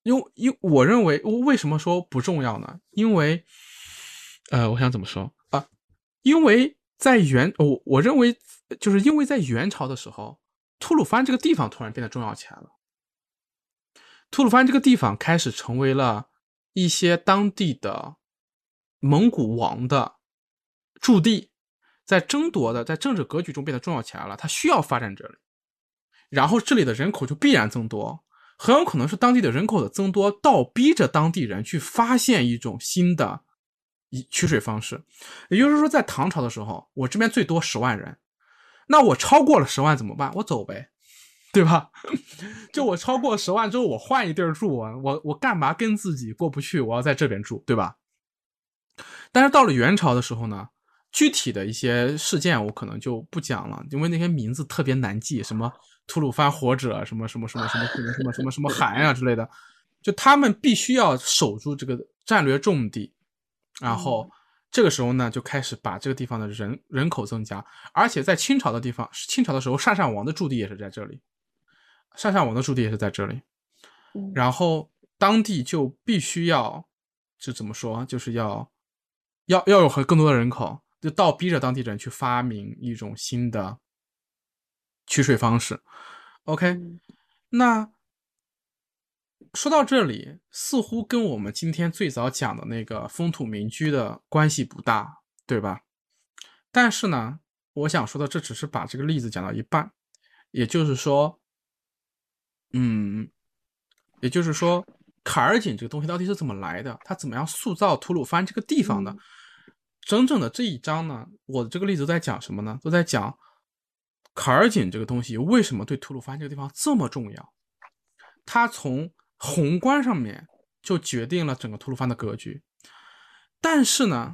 因我认为为什么说不重要呢？因为我想怎么说啊？因为在我认为就是因为在元朝的时候，吐鲁番这个地方突然变得重要起来了。吐鲁番这个地方开始成为了一些当地的蒙古王的驻地，在争夺的在政治格局中变得重要起来了。他需要发展这里，然后这里的人口就必然增多，很有可能是当地的人口的增多倒逼着当地人去发现一种新的取水方式。也就是说，在唐朝的时候，我这边最多10万人，那我超过了10万怎么办？我走呗，对吧？就我超过10万之后，我换一地儿住，我干嘛跟自己过不去？我要在这边住，对吧？但是到了元朝的时候呢，具体的一些事件我可能就不讲了，因为那些名字特别难记，什么吐鲁番活者，什么什么什么什么什么什么什么什么汗啊之类的，就他们必须要守住这个战略重地，然后这个时候呢，就开始把这个地方的人口增加，而且在清朝的地方，清朝的时候，鄯善王的驻地也是在这里，鄯善王的驻地也是在这里，然后当地就必须要，就怎么说，就是要有更多的人口，就倒逼着当地人去发明一种新的取水方式。OK，那说到这里，似乎跟我们今天最早讲的那个风土民居的关系不大，对吧？但是呢，我想说的，这只是把这个例子讲到一半，也就是说，嗯，也就是说，卡尔井这个东西到底是怎么来的？它怎么样塑造吐鲁番这个地方的？整整的这一章呢，我的这个例子都在讲什么呢？都在讲卡尔井这个东西为什么对吐鲁番这个地方这么重要。它从宏观上面就决定了整个吐鲁番的格局。但是呢，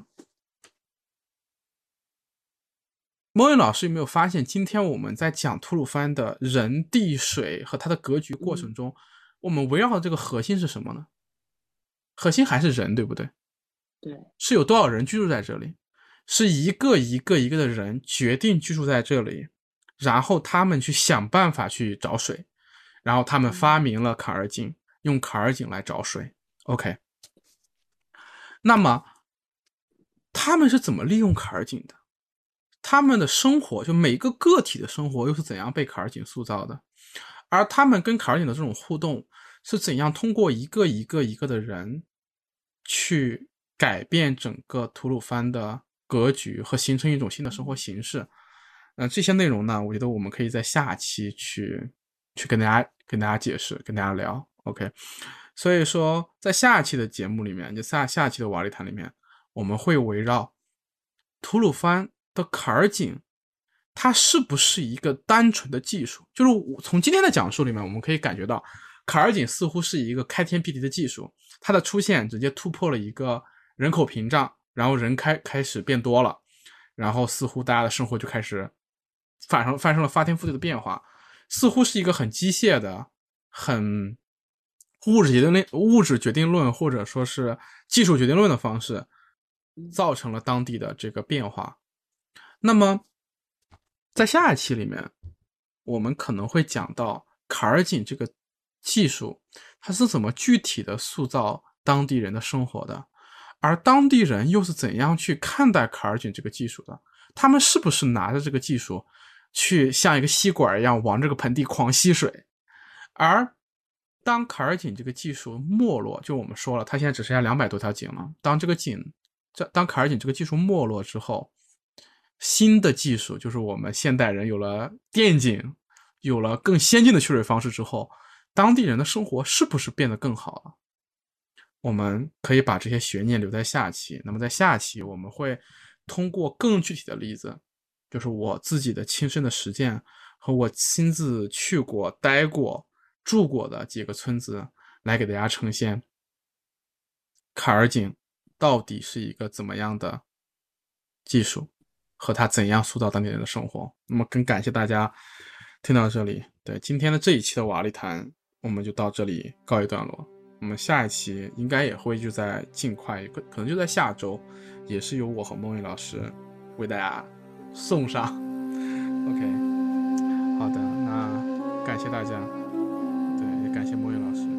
莫云老师有没有发现，今天我们在讲吐鲁番的人、地、水和它的格局过程中，我们围绕的这个核心是什么呢？核心还是人，对不对？ 对， 是有多少人居住在这里？是一个一个一个的人决定居住在这里，然后他们去想办法去找水，然后他们发明了坎儿井，用坎儿井来找水。OK， 那么他们是怎么利用坎儿井的？他们的生活，就每个个体的生活又是怎样被坎儿井塑造的？而他们跟坎儿井的这种互动是怎样通过一个一个一个的人去改变整个吐鲁番的格局和形成一种新的生活形式？这些内容呢，我觉得我们可以在下期去跟大家解释，跟大家聊。OK， 所以说在下期的节目里面，就下期的瓦砾谈里面，我们会围绕吐鲁番的坎儿井，它是不是一个单纯的技术？就是从今天的讲述里面，我们可以感觉到坎儿井似乎是一个开天辟地的技术，它的出现直接突破了一个人口屏障，然后人开始变多了，然后似乎大家的生活就开始发生了翻天覆地的变化，似乎是一个很机械的、很物质决定论或者说是技术决定论的方式，造成了当地的这个变化。那么在下一期里面，我们可能会讲到卡尔井这个技术，它是怎么具体的塑造当地人的生活的，而当地人又是怎样去看待卡尔井这个技术的？他们是不是拿着这个技术去像一个吸管一样往这个盆地狂吸水？而当卡尔井这个技术没落，就我们说了，它现在只剩下200多条井了。当卡尔井这个技术没落之后，新的技术就是我们现代人有了电井，有了更先进的取水方式之后，当地人的生活是不是变得更好了？我们可以把这些悬念留在下期。那么在下期，我们会通过更具体的例子，就是我自己的亲身的实践和我亲自去过、待过、住过的几个村子，来给大家呈现卡尔井到底是一个怎么样的技术，和它怎样塑造当地人的生活。那么更感谢大家听到这里。对今天的这一期的瓦砾谈，我们就到这里告一段落。我们下一期应该也会就在尽快，可能就在下周，也是由我和梦雨老师为大家送上。OK， 好的，那感谢大家，对，也感谢梦雨老师。